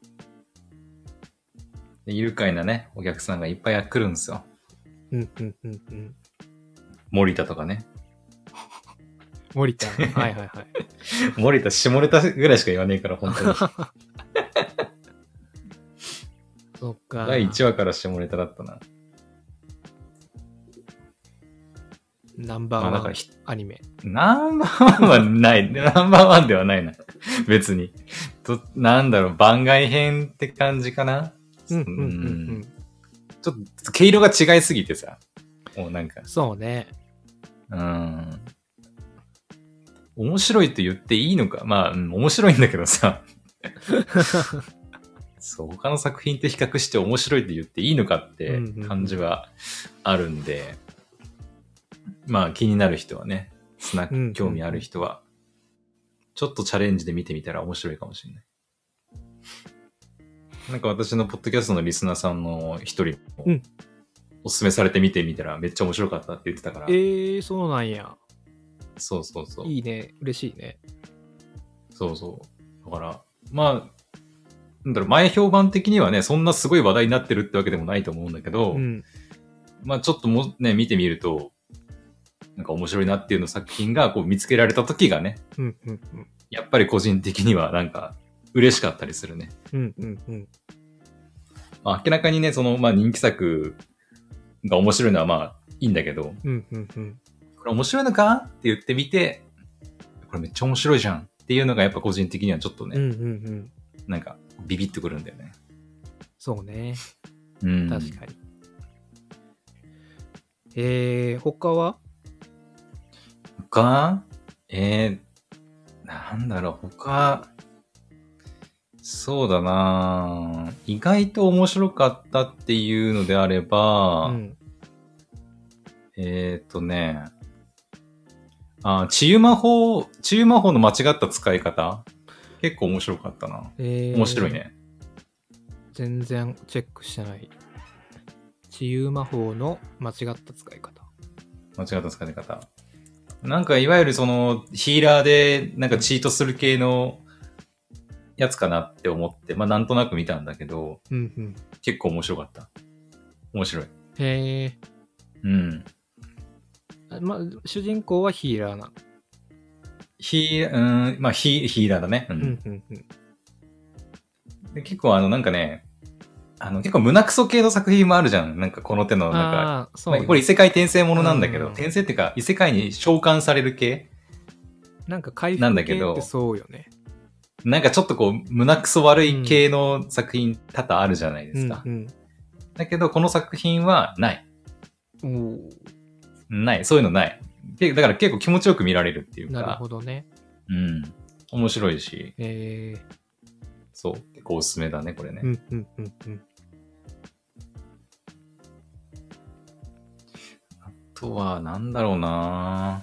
で愉快なね、お客さんがいっぱい来るんですよ。 うんうんうんうん。 森田とかね。 森田。はいはいはい。 森田、下ネタぐらいしか言わねえから、本当に。 そっか。 だいいちわから下ネタだったな。 ナンバーワンアニメ。 ナンバーワンはない。ナンバーワンではないな。別に。と、なんだろう、番外編って感じかな。 うんうんうんうん。 ちょっと、毛色が違いすぎてさ。もうなんか。 そうね。 うん。面白いって言っていいのか。まあ、うん、面白いんだけどさ。そう、他の作品と比較して面白いって言っていいのかって感じはあるんで、うんうんうん、まあ気になる人はね、スナック興味ある人は、ちょっとチャレンジで見てみたら面白いかもしれない。なんか私のポッドキャストのリスナーさんの一人も、うん、おすすめされて見てみたらめっちゃ面白かったって言ってたから。 えー、そうなんや。 そうそうそう。 いいね。嬉しいね。 そうそう。だから、まあ、なんだろう、前評判的にはね、そんなすごい話題になってるってわけでもないと思うんだけど、うん、まあちょっともね、見てみると、なんか面白いなっていうの作品がこう見つけられた時がね、 うんうんうん、 やっぱり個人的にはなんか嬉しかったりするね。 うんうんうん、 まあ、明らかにね、その、まあ人気作が面白いのはまあいいんだけど、 うんうんうん、 これ面白いのかって言ってみて、これめっちゃ面白いじゃんっていうのがやっぱ個人的にはちょっとね、 うんうんうん、 なんかビビッとくるんだよね。 そうね。 うん。 確かに。えー、他は他えー、なんだろう、他、そうだな意外と面白かったっていうのであれば、うん、えっ、ー、とね、あ、治癒魔法、治癒魔法の間違った使い方結構面白かったな。えー、面白いね。 全然チェックしてない。治癒魔法の間違った使い方。 間違った使い方。なんかいわゆるそのヒーラーでなんかチートする系のやつかなって思って、まあなんとなく見たんだけど、 うんうん、 結構面白かった。面白い。 へえ。 うん。 まあ、主人公はヒーラーな。 ヒー、うん、まあヒー、ヒーラーだね。うん。うんうんうん、で結構あのなんかね、あの結構胸クソ系の作品もあるじゃん。なんかこの手のなんか、そうね、まあ、これ異世界転生ものなんだけど、転生っていうか異世界に召喚される系なんか回復系ってそうよね。 なんかちょっとこう胸クソ悪い系の作品多々あるじゃないですか。うんうん、だけどこの作品はない。 おない。そういうのない。だから結構気持ちよく見られるっていうか。 なるほどね。 うん。面白いし。 えー、 そう。結構おすすめだね、これね。 うんうんうんうん。 あとは、なんだろうな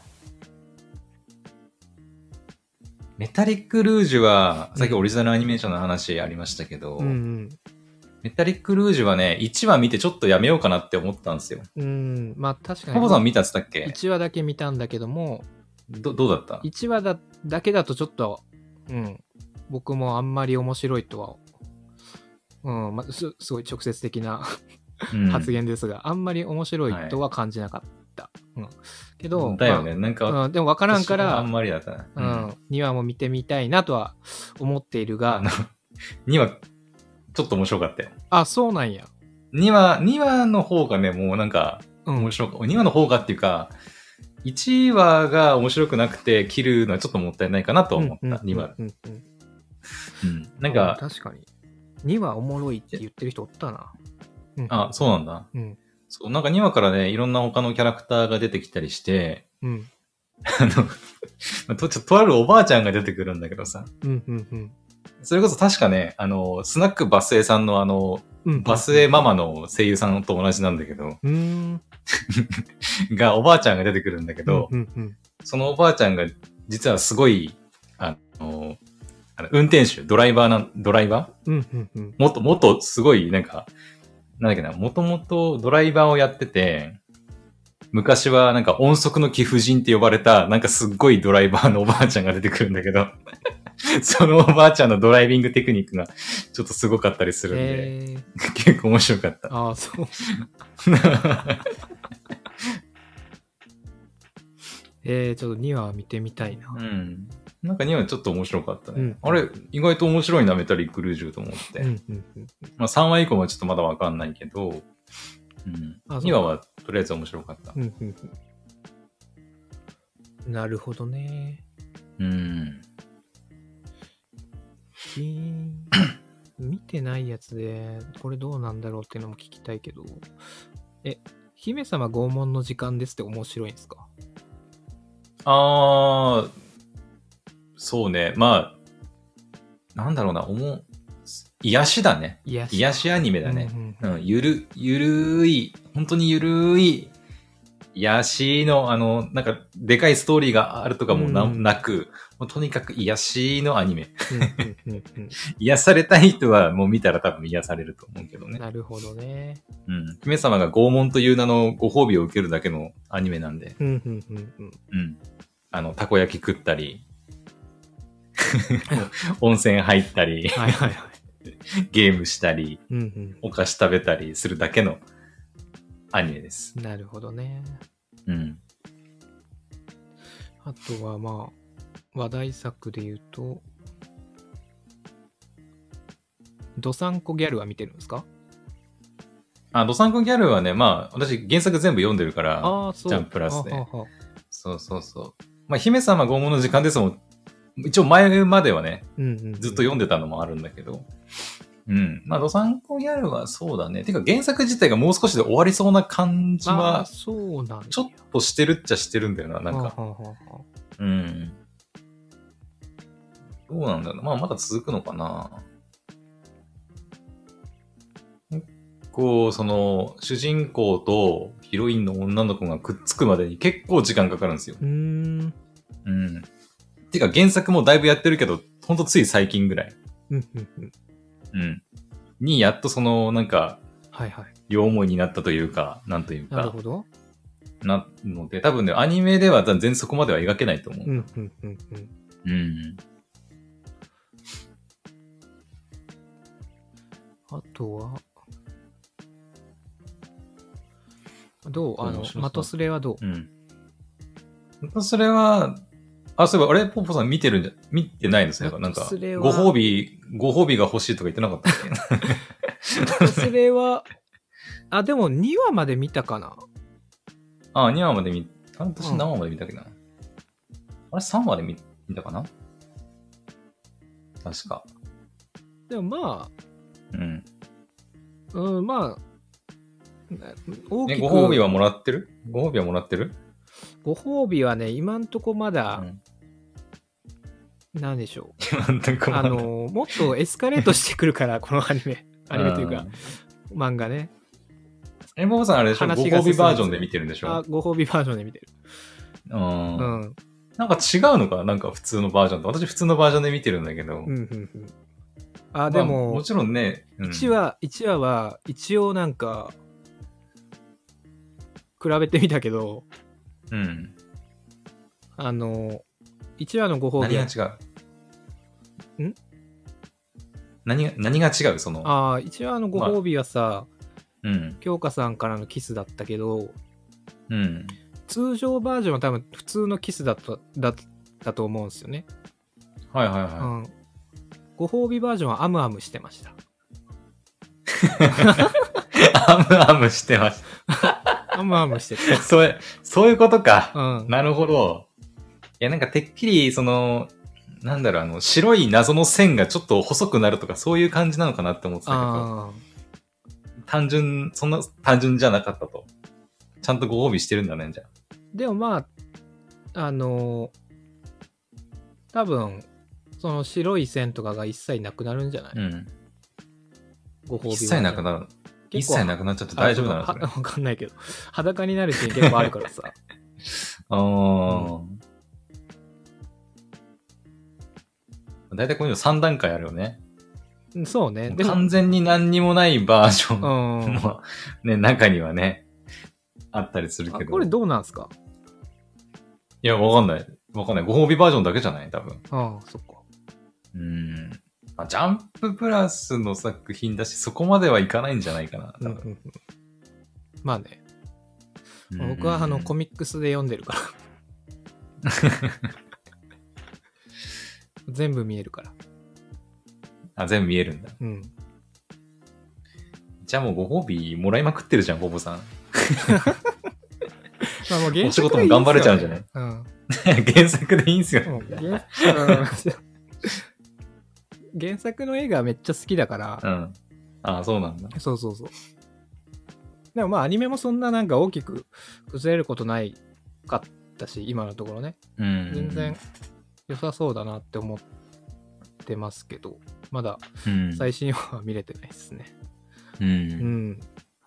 メタリック・ルージュは、さっきオリジナルアニメーションの話ありましたけど、 うんうん、 メタリック・ルージュはね、いちわ見てちょっとやめようかなって思ったんですよ。 うん、まあ確かに。 パパさん見たっつったっけ ? いち 話だけ見たんだけども、 ど、どうだった ?いち 話だだけだとちょっと、うん、僕もあんまり面白いとは、うん、まあ、す, すごい直接的な発言ですが、うん、あんまり面白いとは感じなかった。はい、うん、けど、 だよね、まあ、なんか、 うん、でも分からんから、 あんまりだった、 うん、 にわも見てみたいなとは思っているが、 あのにわちょっと面白かったよ。 あ、そうなんや。 にわ、にわの方がね、もうなんか、面白か、うん、にわの方がっていうか、いちわが面白くなくて切るのはちょっともったいないかなと思った、うんうんうんうん、にわ。うん。なんか、 確かに。にわおもろいって言ってる人おったな。 うん、あ、そうなんだ。 うん。 そう、なんかにわからね、いろんな他のキャラクターが出てきたりして、 うん。 あの、と、とあるおばあちゃんが出てくるんだけどさ。 うんうんうん。 それこそ確かね、あの、スナックバスエさんのあの、うんうん、バスエママの声優さんと同じなんだけど、 うーんが、おばあちゃんが出てくるんだけど、 うんうんうん、そのおばあちゃんが実はすごい、あの、あの運転手、ドライバーな、ドライバー、うんうんうん、 もっともっとすごい、なんか、なんだっけな、もともとドライバーをやってて、昔はなんか音速の貴婦人って呼ばれた、なんかすっごいドライバーのおばあちゃんが出てくるんだけど、そのおばあちゃんのドライビングテクニックがちょっとすごかったりするんで、結構面白かった。 ああ、そう。えー、ちょっとにわ見てみたいな。 うん。なんかにわちょっと面白かったね。うん、あれ、意外と面白いな、メタリック・ルージュと思って。うんうんうん、まあさんわ以降はちょっとまだわかんないけど、うん、にわはとりあえず面白かった。うんうんうん、なるほどね。 うん。 見てないやつで、これどうなんだろうっていうのも聞きたいけど、え、姫様拷問の時間ですって面白いんですか？ あー、そうね。まあ、なんだろうな、おも、癒しだね。癒し。癒しアニメだね。うん、うんうん、ゆる、ゆるい、本当にゆるい、癒しの、あの、なんか、でかいストーリーがあるとかも な,、うん、なく、もうとにかく癒しのアニメ。癒されたい人はもう見たら多分癒されると思うけどね。 なるほどね。 うん。姫様が拷問という名のご褒美を受けるだけのアニメなんで。 うん、うん、うん。うん。 あの、たこ焼き食ったり、温泉入ったり、 はいはいはい、 ゲームしたり、 うんうん、 お菓子食べたりするだけのアニメです。 なるほどね。 うん。 あとはまあ、話題作で言うと、ドサンコギャルは見てるんですか？ あ、ドサンコギャルはね、まあ、私原作全部読んでるから、 あそうジャンプラスで。 はははそうそうそう。まあ、姫様拷問の時間ですもん。一応前まではね、 うんうんうん、 ずっと読んでたのもあるんだけど。うん。まあ、ドサンコギャルはそうだね。てか原作自体がもう少しで終わりそうな感じは、 そうなんちょっとしてるっちゃしてるんだよな、なんか。ははははうん。どうなんだろう。まあ、まだ続くのかな。結構、その、主人公とヒロインの女の子がくっつくまでに結構時間かかるんですよ。 うーん。 うん。てか原作もだいぶやってるけど、ほんとつい最近ぐらい。 うんうんうん。 うん。に、やっとその、なんか、 はいはい。 両思いになったというか、なんというか。 なるほど。 なので、多分ね、アニメでは全然そこまでは描けないと思う。 うんうんうんうん。うん。 あとは、どうあの、マトスレはどう？ うん。マトスレは、あ、そういえば、あれポッポさん見てるんじゃ、見てないんですか？なんか、ご褒美、ご褒美が欲しいとか言ってなかったっけ？ マトスレは、あ、でもにわまで見たかな？ あ、にわまで見、あ、私何話まで見たっけな、うん、あれさんわで 見, 見たかな確か。 でもまあ、 うん。 うん、まあ、 大きく、ね、ご褒美はもらってる？ご褒美はもらってる？ ご褒美はね、今んとこまだ、うん、なんでしょう。 今んとこまだ。 あの、もっとエスカレートしてくるから、このアニメ。アニメというか、漫画ね。 え、ボブさんあれでしょ？ご褒美バージョンで見てるんでしょ？ あ、ご褒美バージョンで見てる。 うん。うん。なんか違うのか？なんか普通のバージョンと。私普通のバージョンで見てるんだけど。 うんうんうん。あ、でも、 まあ、もちろんね、 うん、いちわ、いちわは一応なんか、比べてみたけど、 うん。 あの、いちわのご褒美。 何が違う？ん何が、何が違うその。 ああ、いちわのご褒美はさ、 まあ、うん。 京香さんからのキスだったけど、 うん。 通常バージョンは多分普通のキスだった、だったと思うんですよね。 はいはいはい。 うん。ご褒美バージョンはアムアムしてました。 アムアムしてました。 アムアムしてた。 そう、そういうことか。 うん。 なるほど。いや、なんかてっきり、その、なんだろう、あの、白い謎の線がちょっと細くなるとか、そういう感じなのかなって思ってたけど、単純、そんな単純じゃなかったと。ちゃんとご褒美してるんだね、じゃあ。 でもまあ、あのー、多分、その白い線とかが一切なくなるんじゃない？うん。ご褒美は。 一切なくなる。一切なくなっちゃって大丈夫なの？ わかんないけど。裸になるシーン結構あるからさ。 あー。だいたいこういうのさん段階あるよね。 そうね。 でも完全に何にもないバージョンも、ね、中にはね、あったりするけど。 これどうなんすか？ いや、わかんない。わかんない。ご褒美バージョンだけじゃない多分。 ああ、そっか。 うん。まあ、ジャンププラスの作品だし、そこまではいかないんじゃないかな。多分。うんうん、 まあね。僕はあのコミックスで読んでるから。全部見えるから。 あ、全部見えるんだ。うん。じゃあもうご褒美もらいまくってるじゃん、ボボさん。まあもう原作でいいんすよね。お仕事も頑張れちゃうんじゃない？うん。原作でいいんすよ。原, 原作の映画めっちゃ好きだから。 うん。ああ、そうなんだ。 そうそうそう。でもまあアニメもそんななんか大きく崩れることないかったし、今のところね。うん。全然良さそうだなって思ってますけど、まだ最新話は見れてないですね。うん。うん。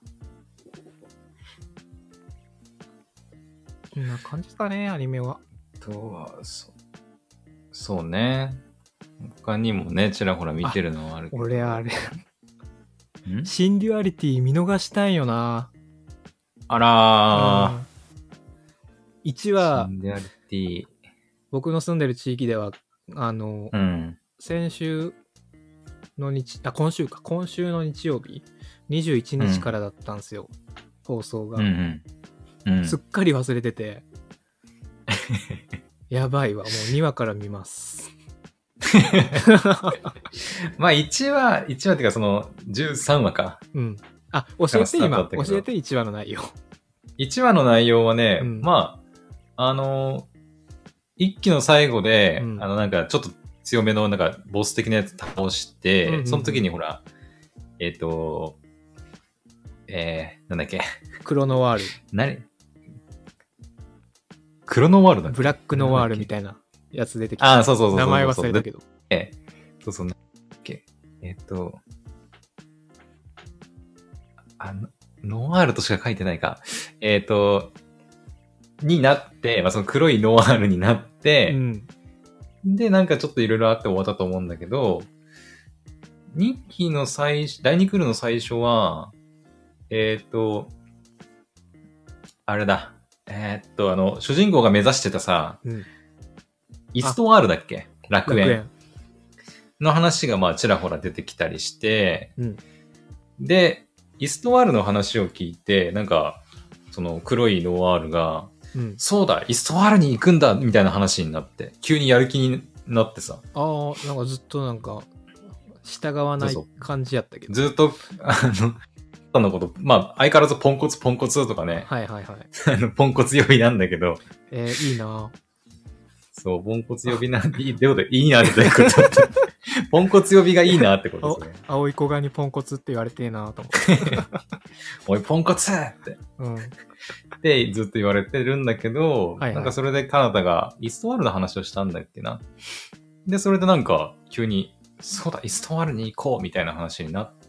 こんな感じですかね、アニメは。 とは、そ、そうね。他にもね、ちらほら見てるのはあるけど。 俺あれ。シンデュアリティ見逃したんよな。 あらー。うん、 いちわ、 シンデュアリティ。 僕の住んでる地域では、あの、うん、先週の日、あ、今週か、今週の日曜日、にじゅういちにちからだったんですよ、うん、放送が、うんうんうん。すっかり忘れてて、やばいわ、もうにわから見ます。 まあいちわ、いちわっていうかそのじゅうさんわか。 うん。あ、教えて今、教えていちわの内容。 いちわの内容はね、うん、まあ、あの、一期の最後で、うん、あのなんかちょっと強めのなんかボス的なやつ倒して、うんうんうん、その時にほら、えっ、ー、と、えー、なんだっけ。 クロノワール。 何クロノワールだっけ？ ブラックノワールみたいなやつ出てきて。 ああ、そうそうそうそう。 名前忘れたけど。 えー、そうそう、なんだっけ。えっ、ー、と、あの、ノワールとしか書いてないか。えっ、ー、と、になって、まあ、その黒いノワールになって、うん、で、なんかちょっといろいろあって終わったと思うんだけど、にきの最初、だいにクールの最初は、えっ、ー、と、あれだ。えー、っと、あの、主人公が目指してたさ、うん、イストワールだっけ？楽園。楽園の話がまあちらほら出てきたりして、うん、で、イストワールの話を聞いて、なんか、その黒いノワールが、うん、そうだ、イストワールに行くんだみたいな話になって、急にやる気になってさ。 ああ、なんかずっとなんか、従わない感じやったけど。 そうそうずっと、あの、のこと、まあ、相変わらずポンコツポンコツとかね。 はいはいはい。 あの、ポンコツ呼びなんだけど。 えー、いいなそう、ポンコツ呼びなんていいってことで、いいなってどういうことって。ポンコツ呼びがいいなってことですね。 青い小ガにポンコツって言われてえなと思って。 おい、ポンコツって。うん。ってずっと言われてるんだけど、はいはい、なんかそれでカナダがイストワールの話をしたんだっけな。で、それでなんか急に、そうだ、イストワールに行こうみたいな話になって、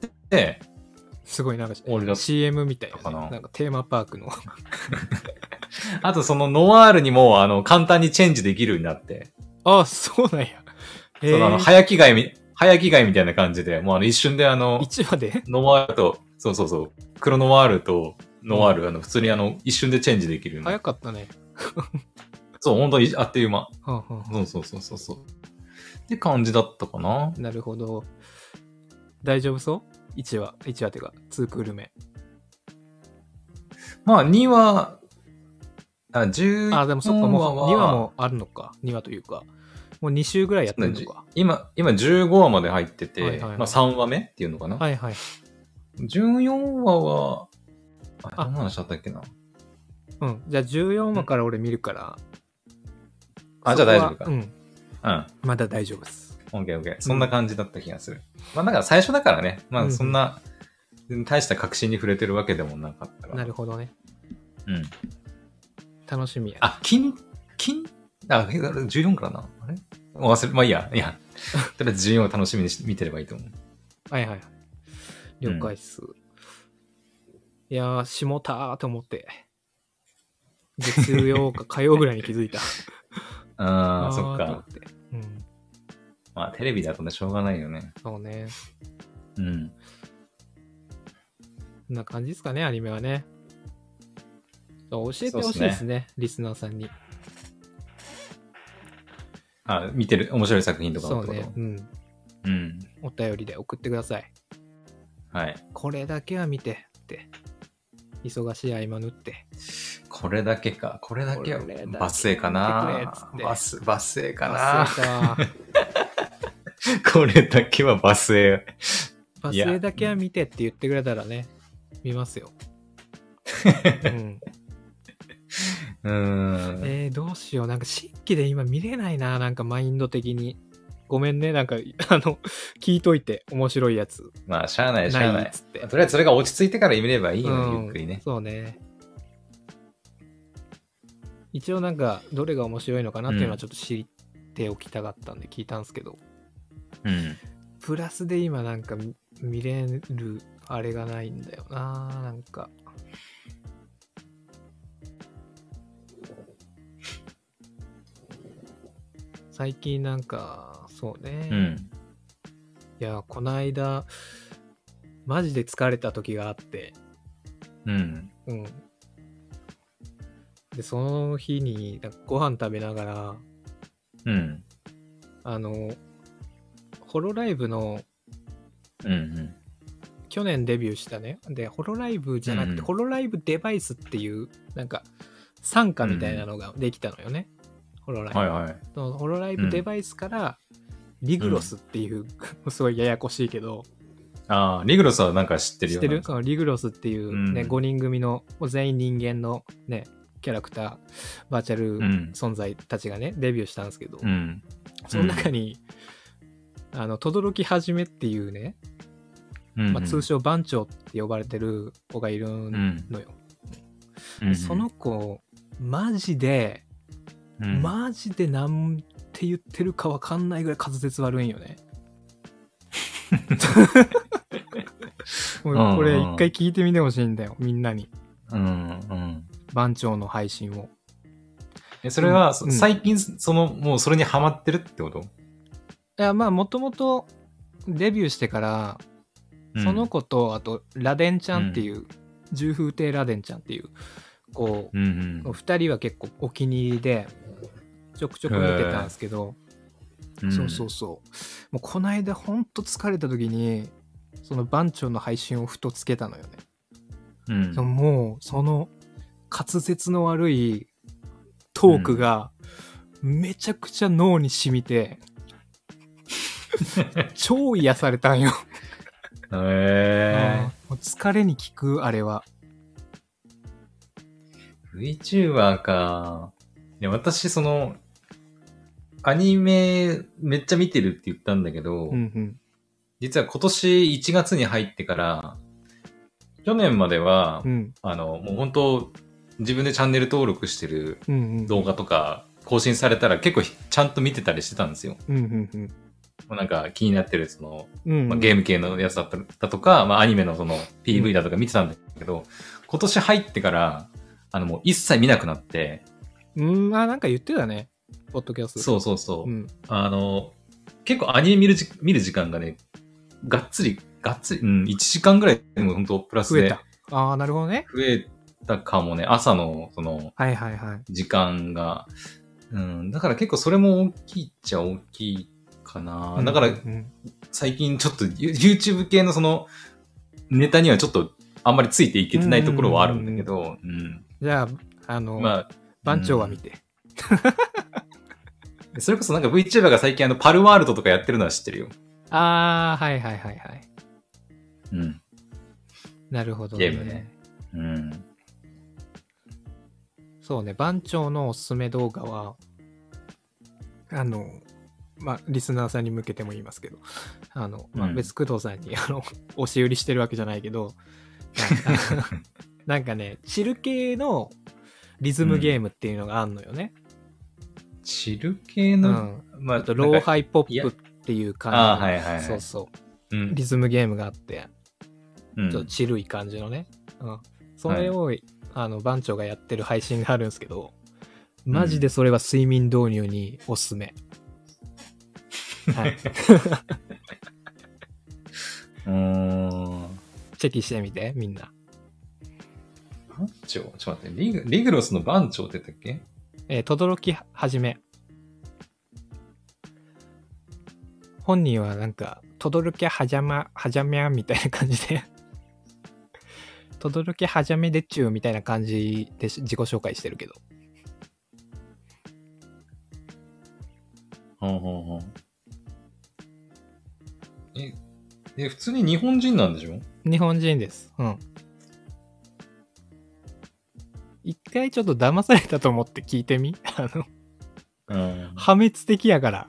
すごいなんか シーエム みたいな、ね、なんかテーマパークの。 あとそのノワールにもあの簡単にチェンジできるようになって。 ああ、そうなんや。 そのあの早着替えみ、早着替えみたいな感じで、もうあの一瞬であの、 いちわでノワールと、そうそうそう、黒ノワールとノワール、うん、あの普通にあの一瞬でチェンジできる。 早かったね。 そう、本当にあっという間。はあはあ、そうそうそうそうそう。って感じだったかな。 なるほど。大丈夫そう？いちわ、いちわっていうか、にクール目。 まあ、にわ、あ、じゅうあ、でもそっか、もうにわもあるのか。にわというか、 もうに週ぐらいやってるのか。 今、今じゅうごわまで入ってて、はいはいはい、まあさんわめっていうのかな。 はいはい。 じゅうよんわは、あ、どんな話だったっけな。 うん。じゃあじゅうよんわから俺見るから。 あ、じゃあ大丈夫か。 うん。うん。まだ大丈夫です。 オッケーオッケー。そんな感じだった気がする。うん、まあだから最初だからね。まあそんな、大した確信に触れてるわけでもなかったから。 なるほどね。 うん。 楽しみや。 あ、金、金、あ、じゅうよんからな。あれ忘れ、まあいいや。いや。とりあえずじゅうよんを楽しみに見てればいいと思う。 はいはいはい。了解っす。うん、いやー、下田ーと思って。月曜か火曜ぐらいに気づいた。 ああ、そっか。 うん。 まあテレビだとね、しょうがないよね。 そうね。 うん。 こんな感じですかね、アニメはね。教えてほしいですね、ねリスナーさんに。 あ、見てる、面白い作品とかそうね。うん。 うん。 お便りで送ってください。 はい。 これだけは見てって。忙しい合間縫って。 これだけか。これだけはバスへかな。バス、バスへかな。 バスへか。 これだけはバスへ。 バスへだけは見てって言ってくれたらね、見ますよ。うん。 うーん。 えー、どうしよう。なんか新規で今見れないな。なんかマインド的に。ごめんね。なんか、あの、聞いといて面白いやつ。 まあ、しゃあない、しゃあない。 っつって。 とりあえずそれが落ち着いてから見ればいいよ、うん、ゆっくりね。 そうね。一応なんか、どれが面白いのかなっていうのはちょっと知っておきたかったんで聞いたんですけど。 うん。 プラスで今なんか見れるあれがないんだよな。なんか。最近なんか、そうね。 うん。 いや、この間、マジで疲れた時があって。 うん。 うん。で、その日になんかご飯食べながら、 うん。 あの、ホロライブの、 うんうん。 去年デビューしたね。で、ホロライブじゃなくて、うん、ホロライブデバイスっていう、なんか、傘下みたいなのができたのよね。ホロライブ。 はいはい。 そのホロライブデバイスから、リグロスっていう、うん、すごいややこしいけど。 ああ、リグロスはなんか知ってるよ。 知ってるそのリグロスっていうね、うん、ごにん組の、全員人間のね、キャラクター、バーチャル存在たちがね、うん、デビューしたんですけど、 うん、 その中に、うん、あの、轟はじめっていうね、うんまあ、通称番長って呼ばれてる子がいるのよ。うん、その子、マジで、うん、マジでなんて言ってるかわかんないぐらい滑舌悪いんよね。もうこれ一回聞いてみてほしいんだよ、みんなに。 うんうん、 番長の配信を。 え、それは、うん、最近、その、もうそれにハマってるってこと？ いや、まあ、もともとデビューしてから、うん、その子と、あと、ラデンちゃんっていう、うん、重風亭ラデンちゃんっていう、こう、うんうん、二人は結構お気に入りで、ちょくちょく見てたんですけど、そうそうそう。もうこの間ほんと疲れた時に、その番長の配信をふとつけたのよね。うん、もう、その滑舌の悪いトークがめちゃくちゃ脳に染みて、うん、超癒されたんよ。 へー。疲れに効く、あれは。 VTuber か。いや、私、その、アニメめっちゃ見てるって言ったんだけど、うんうん、実は今年いちがつに入ってから、去年までは、うん、あの、もう本当自分でチャンネル登録してる動画とか更新されたら結構ちゃんと見てたりしてたんですよ。 うんうんうん、 もうなんか気になってるその、うんうんまあ、ゲーム系のやつだったとか、まあアニメのその ピーブイ だとか見てたんだけど、うん、今年入ってから、あのもう一切見なくなって。 うん、あ、なんか言ってたね。ポッドキャスト。 そうそうそう。うん、あの、結構アニメ見るじ見る時間がね、がっつり、がっつり、うん、いちじかんぐらいでも本当プラスで。 増えた。ああ、なるほどね。 増えたかもね。朝の、その、 はいはいはい。 時間が。うん、だから結構それも大きいっちゃ大きいかな。うん、だから、最近ちょっと YouTube 系のその、ネタにはちょっとあんまりついていけてないところはあるんだけど。うん。 じゃあ、あの、まあ、番長は見て。 うそれこそなんか VTuber が最近あのパルワールドとかやってるのは知ってるよ。 あー、はいはいはいはい。 うん。 なるほど、ね。 ゲームね。うん。 そうね、番長のおすすめ動画は、あの、まあ、リスナーさんに向けても言いますけど、あの、まあ、別工藤さんに、うん、あの、押し売りしてるわけじゃないけど、なんかね、チル系のリズムゲームっていうのがあんのよね。 うん、チル系の、うん、 まあ、ローハイポップっていう感じの、 あ、はいはいはい、 そうそう、うん、リズムゲームがあって、 うん、 ちょっとチルい感じのね。うん。それを、はい、あの、番長がやってる配信があるんですけど、マジでそれは睡眠導入におすすめ。うん、はい。 うーん。 チェキしてみて、みんな。 番長ちょっと待って、リグ、リグロスの番長って言ったっけ？ えー、とどろきはじめ。本人はなんか、とどろきはじゃま、はじゃめゃみたいな感じで、とどろきはじゃめでちゅうみたいな感じで自己紹介してるけど。 ほうほうほう。え、え、普通に日本人なんでしょ？ 日本人です。うん。一回ちょっと騙されたと思って聞いてみあの、うん、破滅的やから。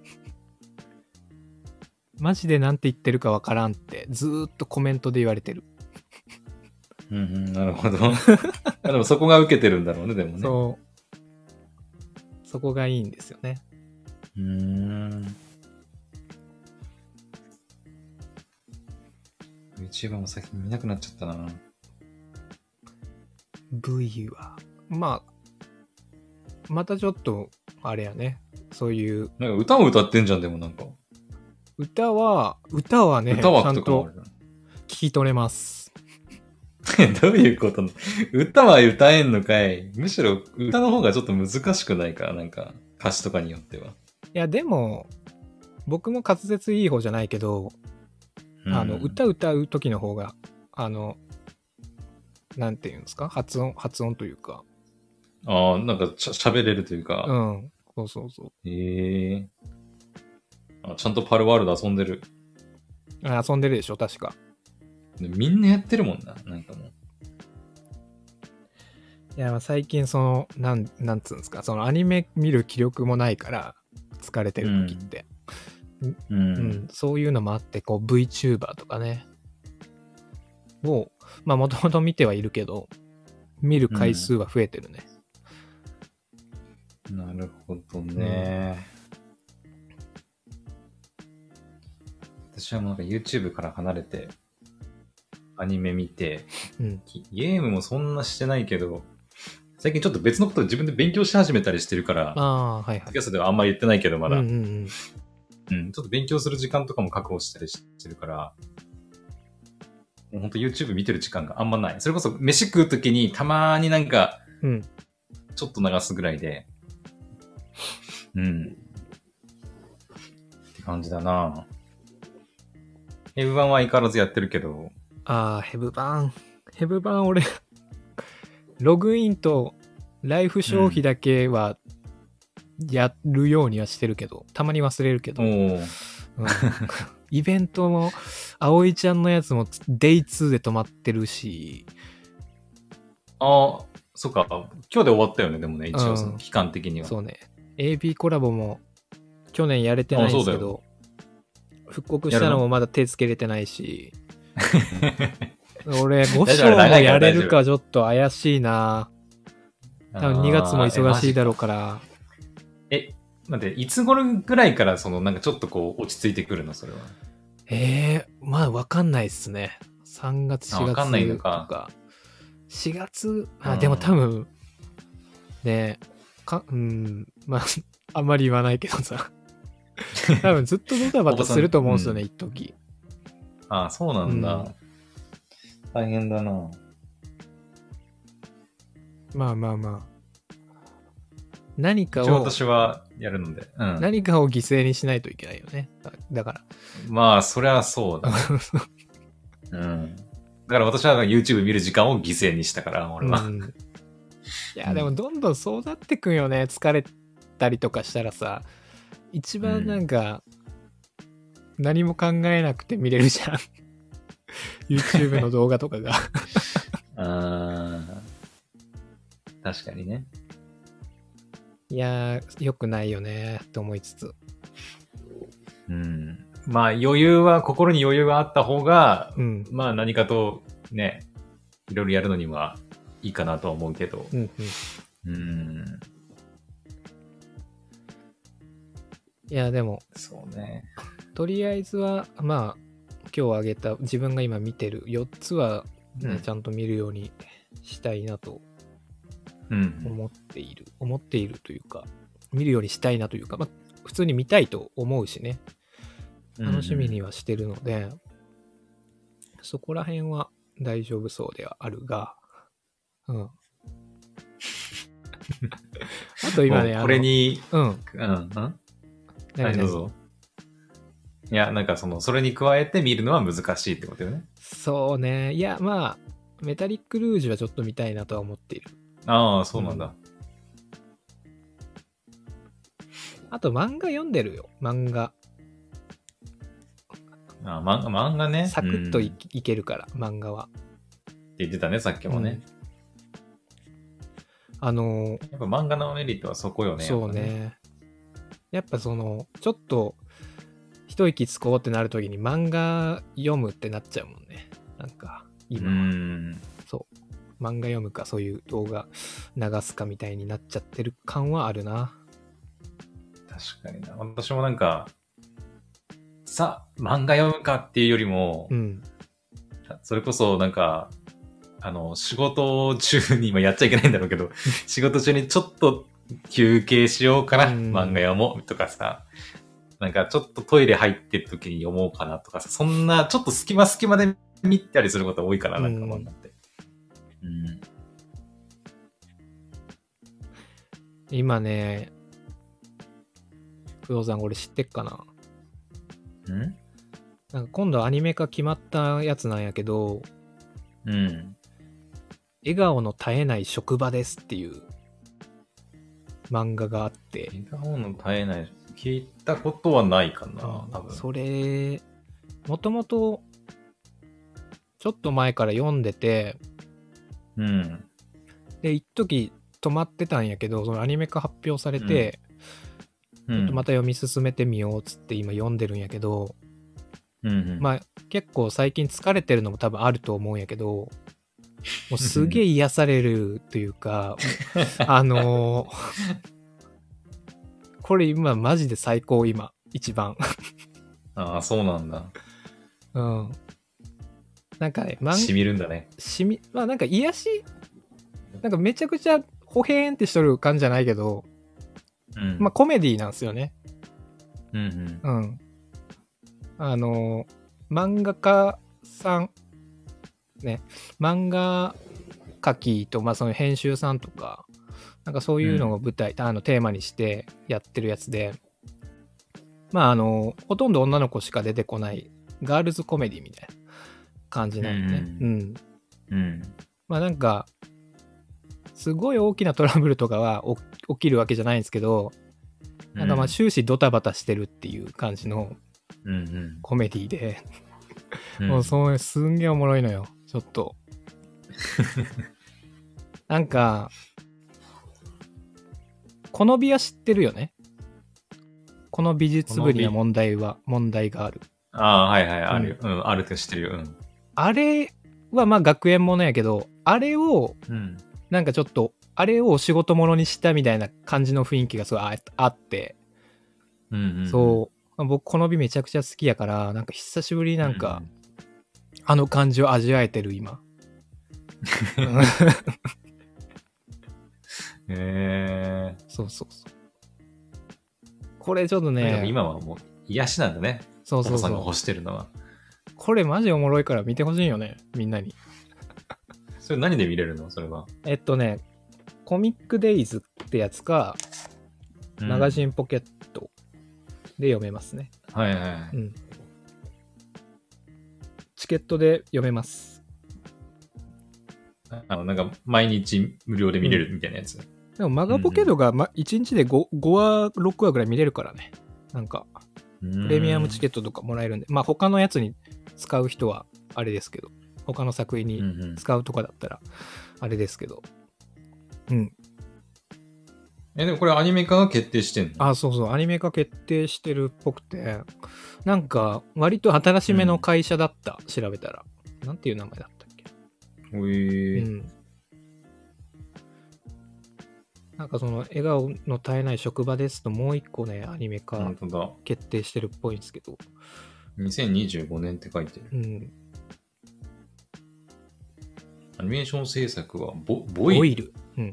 マジでなんて言ってるかわからんってずーっとコメントで言われてる。 うんうん、なるほど。でもそこが受けてるんだろうね、でもね。 そう。そこがいいんですよね。 うーん。YouTuber も先に見なくなっちゃったな。 V は、まあ、またちょっと、あれやね。そういう。 なんか歌も歌ってんじゃん、でもなんか。 歌は、歌はね、 歌はちゃんと聞き取れます。 どういうこと？歌は歌えんのかい？むしろ歌の方がちょっと難しくないか？なんか歌詞とかによっては。いやでも僕も滑舌いい方じゃないけど、うん、あの歌歌う時の方があのなんていうんですか、発音発音というか、 ああ、なんかしゃべれるというか。 うん、そうそうそう。 へえー。あ、ちゃんとパルワールド遊んでる。 あ、遊んでるでしょ確か。 みんなやってるもんな、なんかもう。 いや、最近その、なん、なんつうんですか、そのアニメ見る気力もないから、疲れてる時って。うん。うんうん、そういうのもあって、こう VTuber とかね。を、まあもともと見てはいるけど、見る回数は増えてるね。 うん、なるほどね。うん、私はもうなんか YouTube から離れて、アニメ見て、うん、ゲームもそんなしてないけど、最近ちょっと別のことで自分で勉強し始めたりしてるから、 ああ、はいはい。 ポッドキャストではあんまり言ってないけど、まだ、 うんうんうんうん。ちょっと勉強する時間とかも確保したりしてるから、もうほんと YouTube 見てる時間があんまない。それこそ飯食うときにたまになんか、ちょっと流すぐらいで、うん。うん、って感じだな。ヘブ版は相変わらずやってるけど、 ああ、ヘブ版。ヘブ版俺、ログインとライフ消費だけはやるようにはしてるけど、うん、たまに忘れるけど。うん、イベントも、葵ちゃんのやつもデイツーで止まってるし。 ああ、そっか。今日で終わったよね、でもね、一応その期間的には。 うん、そうね。エービー コラボも去年やれてないんですけど、復刻したのもまだ手つけれてないし。俺ご章もやれるかちょっと怪しいな。多分にがつも忙しいだろうから。 え、待って、いつ頃ぐらいからそのなんかちょっとこう落ち着いてくるのそれは。 ええー、まあわかんないっすね。さんがつしがつとか。わかんないのか。しがつ、あ、でも多分、ね、か、うん、まあ、あんまり言わないけどさ。多分ずっとドタバタすると思うんですよね、一時。 ああ、そうなんだ。うん、大変だな。 まあまあまあ。何かを。 私はやるので、 うん。何かを犠牲にしないといけないよね。だから。 まあ、そりゃそうだ、ね。うん。だから私は YouTube 見る時間を犠牲にしたから、俺は。うん、 いや、でもどんどんそうなってくんよね。疲れたりとかしたらさ。 一番なんか、うん、何も考えなくて見れるじゃん。YouTube の動画とかが。 あー、確かにね。 いやー、良くないよね、と思いつつ。 うん。まあ余裕は、心に余裕があった方が、 うん、 まあ何かとね、いろいろやるのにはいいかなとは思うけど。 うんうん。 うん。 いや、でも、 そうね。 とりあえずは、まあ、今日挙げた、自分が今見てるよっつは、ね、うん、ちゃんと見るようにしたいなと思っている。うん、思っているというか、見るようにしたいなというか、まあ、普通に見たいと思うしね。楽しみにはしてるので、うんうん、そこら辺は大丈夫そうではあるが、うん。あと今ね、 これに、 うん。 うん、うん。何どうぞ。いや、なんかその、それに加えて見るのは難しいってことよね。 そうね。いや、まあ、メタリックルージュはちょっと見たいなとは思っている。 ああ、そうなんだ。うん、 あと漫画読んでるよ。漫画。 ああ、漫画、漫画ね。 サクッと い,、うん、いけるから、漫画は。 って言ってたね、さっきもね。 うん、あのー、 やっぱ漫画のメリットはそこよね。 そうね。ねやっぱその、ちょっと、一息つこうってなるときに漫画読むってなっちゃうもんね。なんか、今は。うんそう。漫画読むか、そういう動画流すかみたいになっちゃってる感はあるな。 確かにな。私もなんか、さ、漫画読むかっていうよりも、うん、それこそなんか、あの、仕事中に、今やっちゃいけないんだろうけど、仕事中にちょっと休憩しようかな、うん、漫画読もうとかさ、なんかちょっとトイレ入ってる時に読もうかなとかさ、そんなちょっと隙間隙間で見たりすること多いかな、なんか漫画って。うん、 今ね、不動産これ知ってっかな？ ん？ なんか今度アニメ化決まったやつなんやけど、 うん。 笑顔の絶えない職場ですっていう漫画があって。 笑顔の絶えない、聞いたことはないかな、多分。 それ、もともとちょっと前から読んでて、 うん。 で、一時止まってたんやけど、そのアニメ化発表されて、うん、ちょっとまた読み進めてみようっつって今読んでるんやけど、 うんうん、 まあ結構最近疲れてるのも多分あると思うんやけど、もうすげえ癒されるというか、あのー、これ今マジで最高今、一番。 ああ、そうなんだ。 うん。なんかね、 まん、しみるんだね。 しみ、まあなんか癒し、なんかめちゃくちゃほへーんってしとる感じじゃないけど、うん、まあコメディなんですよね。 うんうん。 うん。あのー、漫画家さん、ね、漫画描きと、まあその編集さんとか、なんかそういうのを舞台、うん、あのテーマにしてやってるやつで、まああの、ほとんど女の子しか出てこないガールズコメディみたいな感じなんでね。うん。うん。 うん、 まあなんか、すごい大きなトラブルとかは起きるわけじゃないんですけど、なんかまあ終始ドタバタしてるっていう感じのコメディで、うんうん、もうそうすんげえおもろいのよ、ちょっと。なんか、この美は知ってるよね。この美術部には問題は、問題がある。 ああ、はいはい、あるよ。うん、うん、あるって知ってるよ。うん。 あれはまあ学園ものやけど、あれを、 うん、 なんかちょっと、あれをお仕事ものにしたみたいな感じの雰囲気がすごい あ, あって、 うんうんうん、 そう、僕この美めちゃくちゃ好きやから、なんか久しぶりになんか、うんうん、あの感じを味わえてる今。 へえー。 そうそうそう。これちょっとね。 今はもう癒しなんだね。 そうそうそう。 お父さんが欲してるのは。 これマジおもろいから見てほしいよね、みんなに。 それ何で見れるの？それは。 えっとね、コミックデイズってやつか、うん、マガジンポケットで読めますね。 はいはい。うん。 チケットで読めます。 あの、なんか毎日無料で見れるみたいなやつ。うん、 でもマガポケットが、ま、いちにちで 5, 5話、ろくわぐらい見れるからね。 なんか、プレミアムチケットとかもらえるんで、まあ他のやつに使う人はあれですけど、他の作品に使うとかだったらあれですけど。うん、うん。 え、でもこれアニメ化が決定してんの？ あ、そうそう、アニメ化決定してるっぽくて、なんか割と新しめの会社だった、うん、調べたら。なんていう名前だったっけ？ へー。うん。 なんかその笑顔の絶えない職場ですともう一個ね、アニメ化決定してるっぽいんですけど。 にせんにじゅうごねんって書いてる。 うん。 アニメーション制作はボ、ボイル。 ボイル。うん。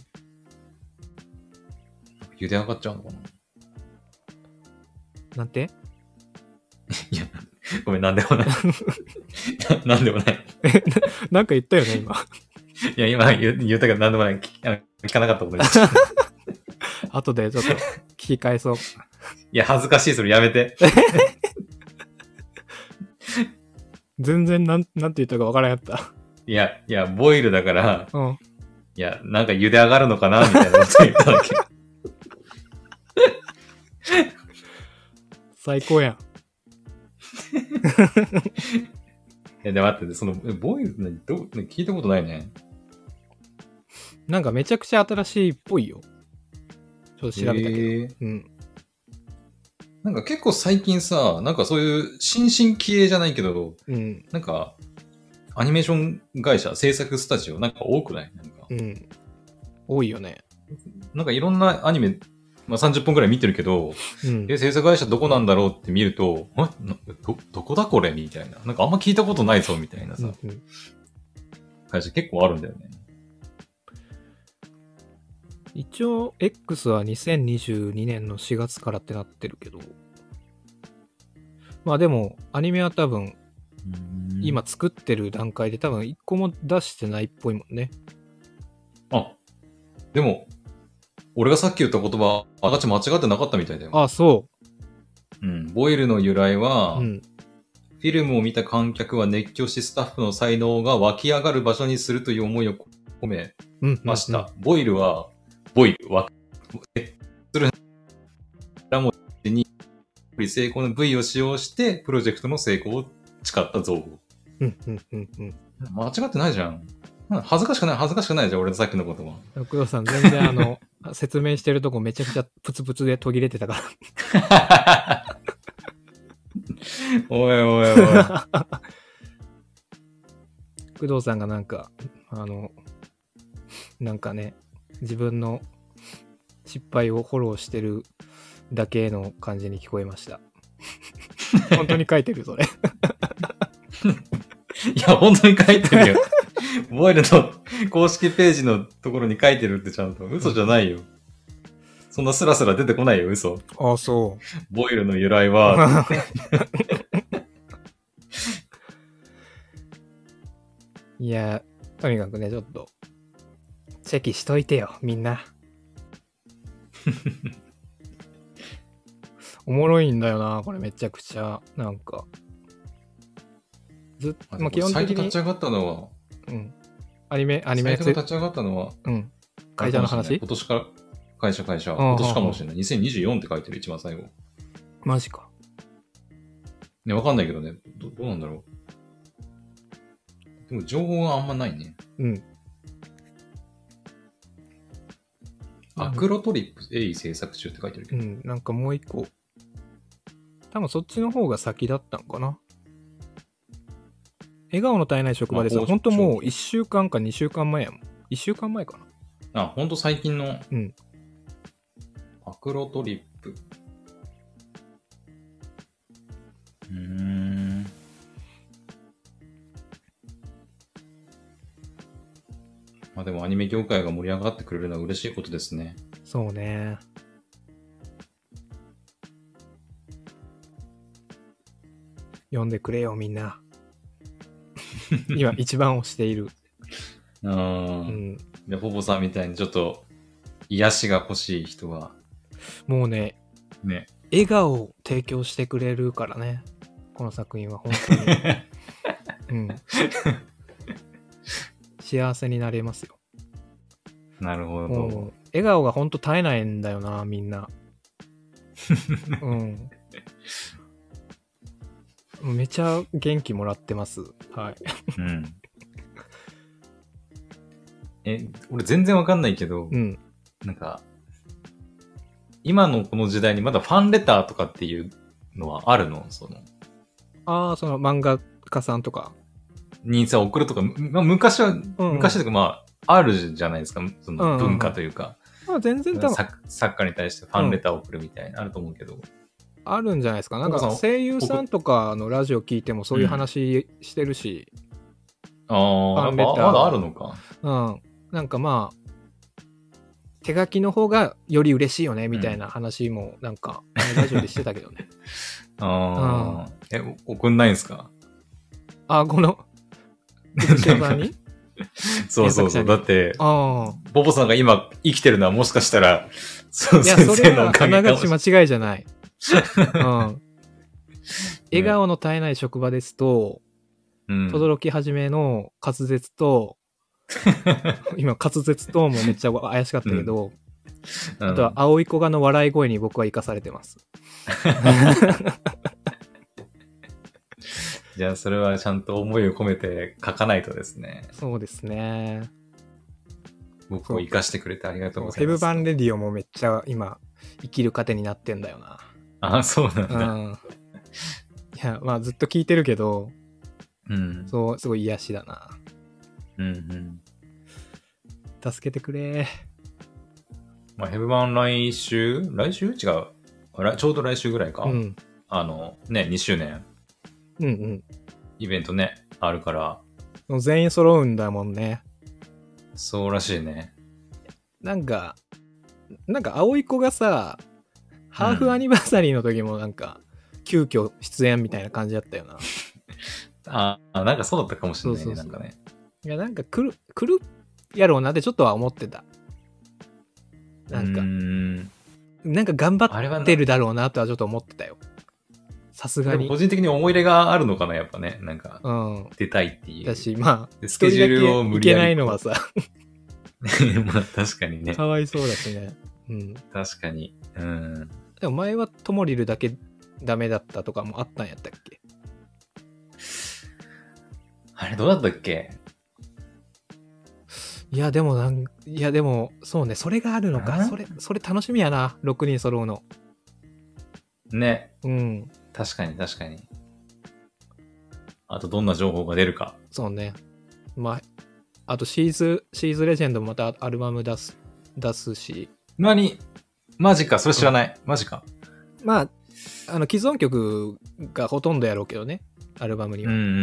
茹で上がっちゃうのかな？ なんて？ いや、ごめん、なんでもない。な, なんでもない。 え、なんか言ったよね、今。 いや、今言言ったけどなんでもない。聞, 聞かなかったことです。 後でちょっと聞き返そう。 いや、恥ずかしい、それやめて。 全然なん、なんて言ったかわからんやった。 いや、いや、ボイルだから、 うん。 いや、なんか茹で上がるのかなみたいなこと言っただけ。 最高やん。 え、で、待って、その、ボイル、ど聞いたことないね。 なんかめちゃくちゃ新しいっぽいよ。ちょっと調べたけど。えー、うん。 なんか結構最近さ、なんかそういう新進気鋭じゃないけど、うん、なんか、アニメーション会社、制作スタジオ、なんか多くないなんか。 うん。多いよね。 なんかいろんなアニメ、まあ、さんじゅっぽんくらい見てるけど、うん、え、制作会社どこなんだろうって見ると、えど、どこだこれみたいな。なんかあんま聞いたことないぞみたいなさ、うんうん、会社結構あるんだよね。 一応 X はにせんにじゅうにねんのしがつからってなってるけど、まあでもアニメは多分今作ってる段階で多分一個も出してないっぽいもんね。 あ、でも俺がさっき言った言葉あがち間違ってなかったみたいだよ。 あ、そう。 うん。ボイルの由来は、うん、フィルムを見た観客は熱狂しスタッフの才能が湧き上がる場所にするという思いを込めました。うんうんうん、ボイルはボイルはする文字に成功の V を使用してプロジェクトの成功を誓った造語。 うんうんうんうん。 間違ってないじゃん。恥ずかしくない恥ずかしくないじゃん俺のさっきの言葉。 工藤さん全然あの説明してるとこめちゃくちゃプツプツで途切れてたから。 おいおいおい。 工藤さんがなんかあのなんかね自分の失敗をフォローしてるだけの感じに聞こえました。本当に書いてるそれ。いや本当に書いてるよ。ボイルの公式ページのところに書いてるってちゃんと嘘じゃないよ。そんなスラスラ出てこないよ嘘。 ああそう。 ボイルの由来は。 いやとにかくねちょっとチェキしといてよみんな。おもろいんだよなこれめちゃくちゃなんかずっと、まあ、基本的にサイト立ち上がったのはうんアニメアニメサイトが立ち上がったのはうん会社の話今年から会社会社今年かもしれないにせんにじゅうよんって書いてる一番最後マジかねわかんないけどね ど, どうなんだろうでも情報があんまないねうんアクロトリップ鋭意制作中って書いてるけどうんなんかもう一個多分そっちの方が先だったのかな。笑顔の絶えない職場でさ、ほんともういっしゅうかんかにしゅうかんまえやもん。いっしゅうかんまえかな。あ、ほんと最近の。 うん。 アクロトリップ。うーん。まあでもアニメ業界が盛り上がってくれるのは嬉しいことですね。 そうね。読んでくれよみんな。今一番推している。 うん。で、ほぼさんみたいにちょっと癒しが欲しい人は。 もうね、 ね。 笑顔を提供してくれるからね。この作品は本当に。うん。幸せになれますよ。 なるほど。 笑顔が本当絶えないんだよな、みんな。うん。 めちゃ元気もらってます。はい。 うん。え、俺全然わかんないけど、 うん。 なんか、今のこの時代にまだファンレターとかっていうのはあるの？その。 ああ、その漫画家さんとか。 にさ、送るとか、まあ、昔は、 うんうん、 昔というかまあ、あるじゃないですか。その文化というか。うんうんうん、 まあ全然多分。 作家に対してファンレターを送るみたいな、うん、あると思うけど。 あるんじゃないですか。なんか声優さんとかのラジオ聞いてもそういう話してるし。 うん、ああ、まだあるのか。 うん。なんかまあ、手書きの方がより嬉しいよねみたいな話もなんか、うん、ラジオでしてたけどね。 ああ、うん、え、送んないんすか？ あ、この、さんにそうそうそう。だって、ボボさんが今生きてるのはもしかしたら、 その先生のおかげかもしれない。あながち間違いじゃない。うん。笑顔の絶えない職場ですと、うん、轟き始めの滑舌と、今滑舌ともめっちゃ怪しかったけど、うん、あとは青い子がの笑い声に僕は生かされてます。 じゃあそれはちゃんと思いを込めて書かないとですね。 そうですね。 僕を生かしてくれてありがとうございます。 ヘブバンレディオもめっちゃ今生きる糧になってんだよな。 あ、そうなんだ。 うん、いや、まあずっと聞いてるけど、 うん、 そうすごい癒しだな。 うんうん。 助けてくれ。 まあヘブバン来週来週違う。ちょうど来週ぐらいか。うん、あのねにしゅうねん。 うんうん。 イベントねあるから。 全員揃うんだもんね。 そうらしいね。 なんかなんか青い子がさ、ハーフアニバーサリーの時もなんか、うん、急遽出演みたいな感じだったよな。 ああ、なんかそうだったかもしれないね。そうそうそう、なんかね。 いやなんか来る来るやろうなってちょっとは思ってた。なんかんなんか頑張ってるだろうなとはちょっと思ってたよ。さすがに。 でも個人的に思い入れがあるのかな、やっぱね。なんか、うん、出たいっていう。 だし、まあ、 スケジュールを無理やり。 いけないのはさ。 まあ、確かにね。 かわいそうだしね。うん。 確かに。うん。 でも前はともりるだけダメだったとかもあったんやったっけ？ あれどうだったっけ？ いや、でもなん、いや、でも、そうね、それがあるのか。それ、それ楽しみやな。ろくにん揃うの。 ね。 うん。 確かに確かに。あとどんな情報が出るか。 そうね。まあ、あとシーズ、シーズレジェンドもまたアルバム出す、出すし。 何？マジか、それ知らない。うん、マジか。 まあ、あの、既存曲がほとんどやろうけどね。アルバムには。 うんうんうん。うん、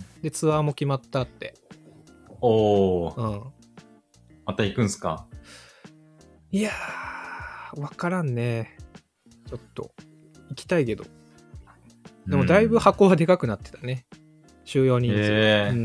で、ツアーも決まったって。 おー。 うん。 また行くんすか？ いやー、わからんね。ちょっと、行きたいけど。でもだいぶ箱はでかくなってたね。収容人数。 えー、 うん。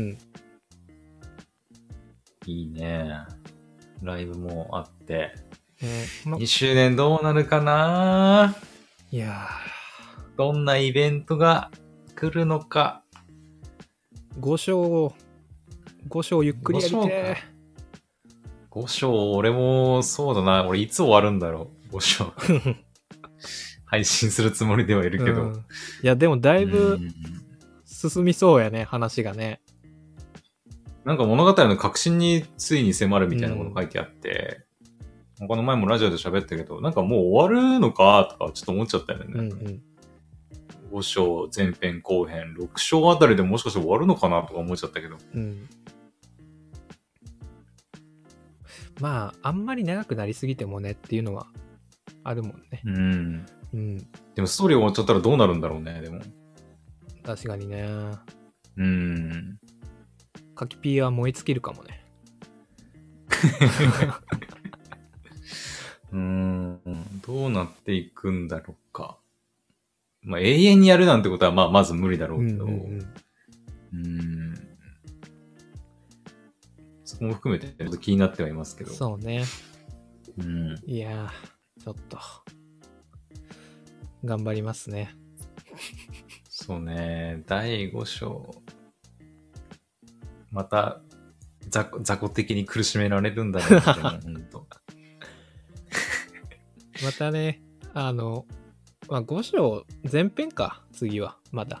いいね。ライブもあって。 えーま、 にしゅうねんどうなるかな？ いやー。どんなイベントが来るのか。 ご章、ご章ゆっくりやりてー。 ご章、俺もそうだな。俺いつ終わるんだろう。ご章。配信するつもりではいるけど。うん、 いや、でもだいぶ進みそうやね、話がね。 なんか物語の核心についに迫るみたいなこと書いてあって、うん、この前もラジオで喋ったけど、なんかもう終わるのかとかちょっと思っちゃったよね。うんうん、ご章、前編後編、ろく章あたりでもしかして終わるのかなとか思っちゃったけど。 うん、まあ、あんまり長くなりすぎてもねっていうのはあるもんね。 うん。 うん。 でもストーリー終わっちゃったらどうなるんだろうね、でも。 確かにね。 うん。 カキピーは燃え尽きるかもね。 うーん。どうなっていくんだろうか。まあ永遠にやるなんてことはまあまず無理だろうけど。うん、うんうん、うーん。そこも含めてちょっと気になってはいますけど。 そうね。 うん。 いやー、ちょっと。頑張りますね。 そうね。だいご章。また、雑魚的に苦しめられるんだろうね。ほんと。 またね、あの、 まあご章前編か、次は、まだ。 うん、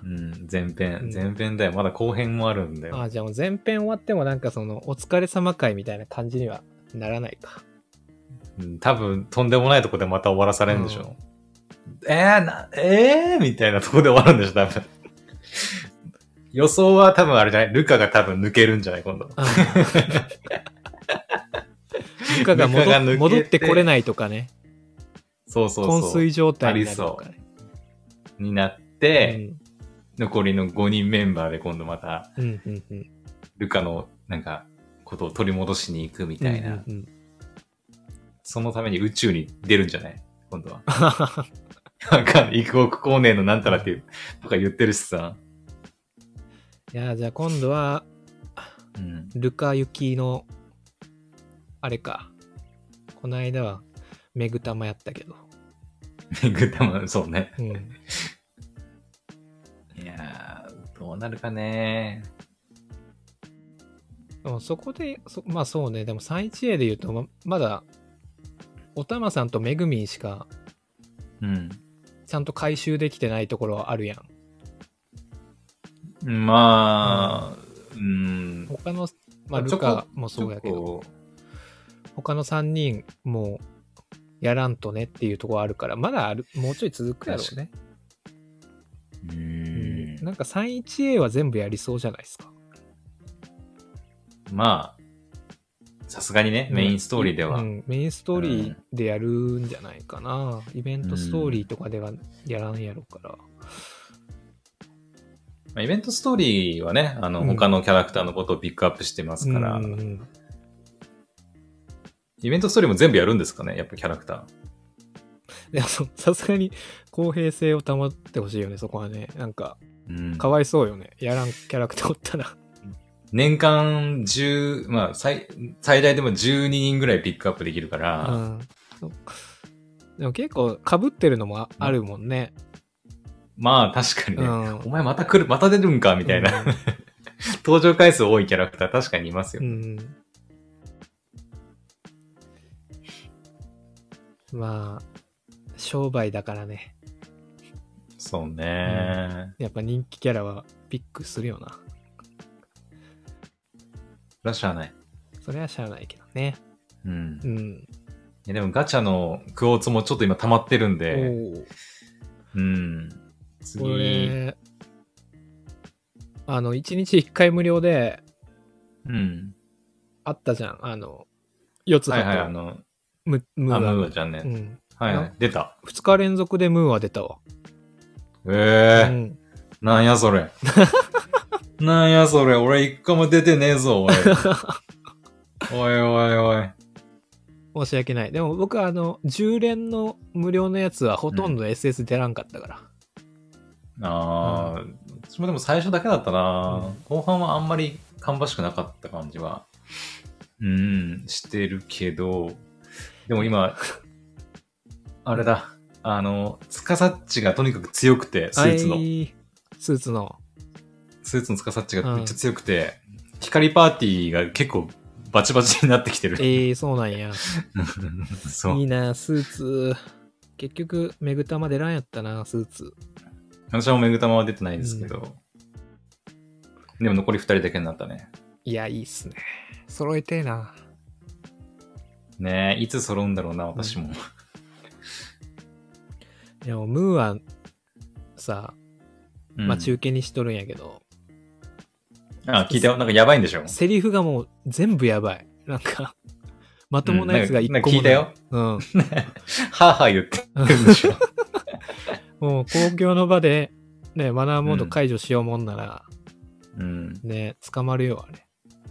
前編、前編だよ。まだ後編もあるんだよ。 ああ、じゃあもう前編終わってもなんかその、お疲れ様会みたいな感じにはならないか。 うん、多分、とんでもないとこでまた終わらされるんでしょ。うん、えー、な、えーみたいなとこで終わるんでしょ、多分。予想は多分あれじゃない、ルカが多分抜けるんじゃない、今度。 ルカが 戻, が戻ってこれないとかね。 そうそうそう。 昏睡状態になるとかね。 になって、うん、残りのごにんメンバーで今度また、 うんうんうん、 ルカのなんか、ことを取り戻しに行くみたいな。うんうんうん、そのために宇宙に出るんじゃない今度は。わかんない。幾億光年のなんたらっていう、とか言ってるしさ。 いや、じゃあ今度は、うん、ルカ行きの、あれか。この間は、メグタマやったけど。 メグタマ、そうね。 うん、 いやー、どうなるかね。 でもそこで、そまあそうね。でも スリーワンエー で言うと、ま、まだ、おたまさんとめぐみんしか、 うん。 ちゃんと回収できてないところはあるやん。まあ、うん。 他の、まあルカもそうやけど、他のさんにんもやらんとねっていうところあるから、まだある、もうちょい続くやろうね。 うーん。 なんか スリーワンエー は全部やりそうじゃないですか。 まあ、さすがにね、メインストーリーでは、 うん。メインストーリーでやるんじゃないかな。イベントストーリーとかではやらんやろうから。 まあ、イベントストーリーはね、あの、うん、他のキャラクターのことをピックアップしてますから、うんうんうん、イベントストーリーも全部やるんですかね、やっぱキャラクター。いや、さすがに公平性を保ってほしいよね、そこはね。なんか、うん、かわいそうよね。やらんキャラクターおったら。 年間じゅう、まあ最、最大でもじゅうににんぐらいピックアップできるから。うん、 でも結構被ってるのもあるもんね。 まあ確かにね、うん、お前また来る、また出るんかみたいな、うん、登場回数多いキャラクター確かにいますよ。うん、 まあ、商売だからね。 そうね、 うん、やっぱ人気キャラはピックするよな。 それはしゃあない。 それはしゃあないけどね。 うん。うん。いやでもガチャのクオーツもちょっと今溜まってるんで。うん。次。これ、 あの、いちにちいっかい無料で、 うん。 あったじゃん。あの、よつ葉と。 はいはい、あの、 ムムーア。 ムーアじゃんね。うん。はいはい。出た。 ふつか連続でムーア出たわ。 ええー。うん、なんやそれ。なんやそれ、俺一個も出てねえぞ、おい。おいおいおい。 申し訳ない。でも僕はあの、じゅう連の無料のやつはほとんど エスエス 出らんかったから。 うん、ああ、私、うん、もでも最初だけだったな、うん、後半はあんまり芳しくなかった感じは、うん、してるけど、でも今、あれだ、あの、つかさっちがとにかく強くて、スーツの。 スーツの。 スーツのつかさっちがめっちゃ強くて、うん、光パーティーが結構バチバチになってきてる。 ええー、そうなんや。そう。いいな、スーツ。結局、メグタマ出らんやったな、スーツ。 私もメグタマは出てないですけど。うん、でも残りふたりだけになったね。 いや、いいっすね。揃えてえな。 ねえ、いつ揃うんだろうな、私も。うん、 でも、ムーはさ、まあ、中継にしとるんやけど。 うん、ああ、聞いたよ。なんかやばいんでしょ？ セリフがもう全部やばい。なんか、まともなやつが一個もない。 うん、なんか聞いたよ。うん。はぁはぁ言ってるんでしょ。 もう公共の場で、ね、マナーモード解除しようもんなら、 うん。 ね、捕まるよ、あれ。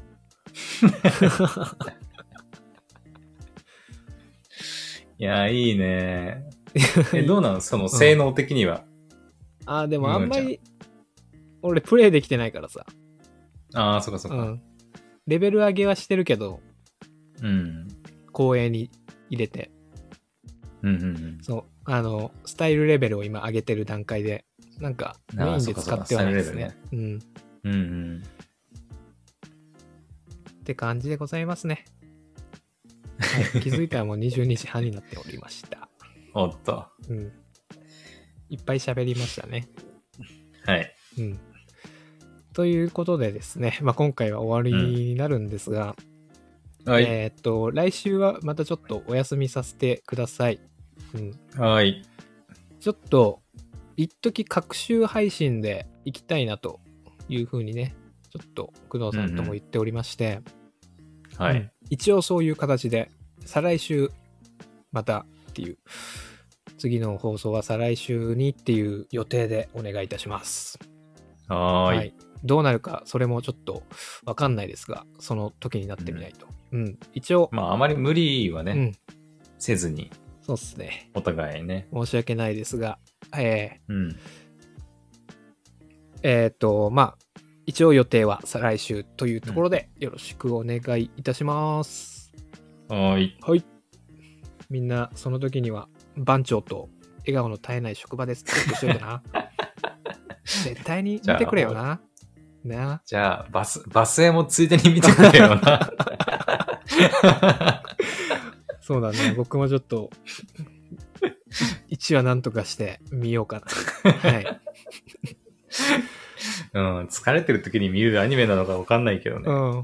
いや、いいね。え、どうなのその性能的には。 うん、ああ、でもあんまり、俺プレイできてないからさ。 ああ、そっかそっか、うん。 レベル上げはしてるけど、 うん。 公営に入れて。 うんうんうん。 そう。あの、スタイルレベルを今上げてる段階で、なんか、メインで使ってはないですね。うん。 うんうん。 って感じでございますね。はい、気づいたらもうにじゅうにじはんになっておりました。 おっと。 うん。 いっぱい喋りましたね。 はい。 うん。ということでですね、まあ、今回は終わりになるんですが、 うん、はい。 えっと、来週はまたちょっとお休みさせてください。うん。 はい。 ちょっと、一時各週配信で行きたいなというふうにね、ちょっと工藤さんとも言っておりまして、 うんうん、はい、 うん。一応そういう形で、再来週またっていう、次の放送は再来週にっていう予定でお願いいたします。 はーい。はい。 どうなるか、それもちょっとわかんないですが、その時になってみないと。うん。うん、一応。 まあ、あまり無理はね、うん、せずに。 そうっすね。 お互いね。 申し訳ないですが、えー、うん。 えっと、まあ、一応予定は再来週というところで、よろしくお願いいたします。 うん、はい。 はい。みんな、その時には、番長と笑顔の絶えない職場です。チェックしといてな。絶対に見てくれよな。な。 じゃあ、バス、バスへもついでに見てくれよな。 そうだね。僕もちょっと、いちわなんとかして見ようかな。はい。 うん、疲れてる時に見るアニメなのかわかんないけどね。 うん。うん。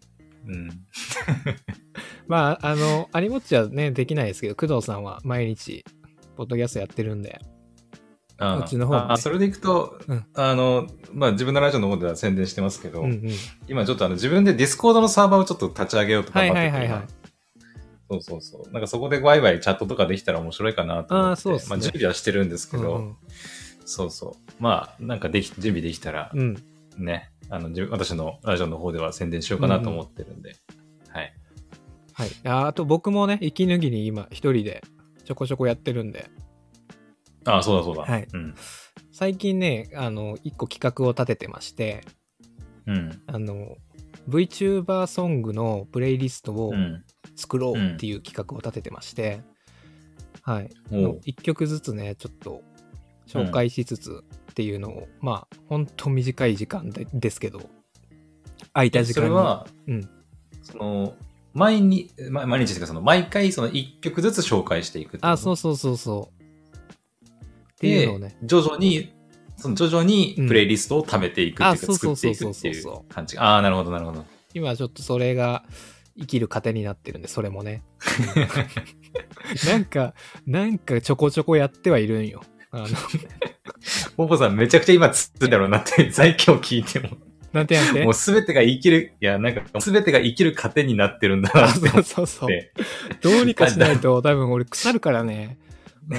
まあ、あの、アニモッチはね、できないですけど、工藤さんは毎日、ポッドキャストやってるんで、 ああ、こっちの方、ね、あ、それでいくと、うん、あの、まあ、自分のラジオの方では宣伝してますけど、うんうん、今ちょっとあの自分でディスコードのサーバーをちょっと立ち上げようと頑張ってて、はいはいはいはい、そうそうそう。なんかそこでワイワイチャットとかできたら面白いかなと思って、あ、そうですね、まあ、準備はしてるんですけど、うんうん、そうそう。まあ、なんかでき、準備できたら、うん、ね、あの、私のラジオの方では宣伝しようかなと思ってるんで、うんうん、はい。 はい。あ, あと僕もね、息抜きに今一人でちょこちょこやってるんで。 ああ、そうだそうだ。 はい。うん、最近ね、あの、一個企画を立ててまして、うん。あの、VTuber ソングのプレイリストを作ろうっていう企画を立ててまして、うん、はい。一曲ずつね、ちょっと紹介しつつっていうのを、うん、まあ、ほんと短い時間でですけど、空いた時間に。 それは、うん。その、毎日、毎日ですか、その、毎回その一曲ずつ紹介していくってこと。 あ、そうそうそうそう。っていうのをね。 徐々に、その徐々にプレイリストを貯めていくっていうか、作っていくっていう感じ。ああ、なるほど、なるほど。 今ちょっとそれが生きる糧になってるんで、それもね。なんか、なんかちょこちょこやってはいるんよ。あの、 ポポさんめちゃくちゃ今つってだろうなって、在京聞いても。 なんてなんてもうすべてが生きる、いや、なんか、すべてが生きる糧になってるんだなって。 そうそうそう。どうにかしないと多分俺腐るからね。うん、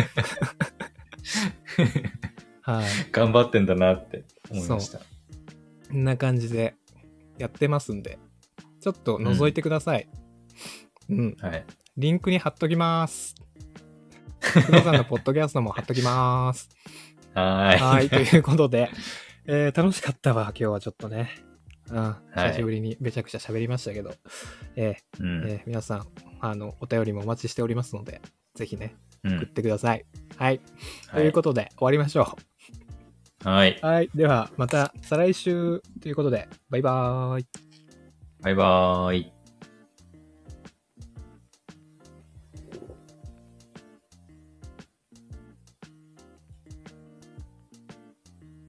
はい。頑張ってんだなって思いました。 こんな感じでやってますんで、ちょっと覗いてください。うん。うん、はい。リンクに貼っときます。工藤さんのポッドキャストも貼っときます。 はい。 はい。ということで、えー、楽しかったわ、今日はちょっとね。うん。久しぶりにめちゃくちゃ喋りましたけど、はい、えーうんえー、皆さん、あの、お便りもお待ちしておりますので、ぜひね、送ってください。うん、はい。ということで、はい、終わりましょう。はい。 はい。では、また再来週ということで、バイバーイ。 バイバーイ。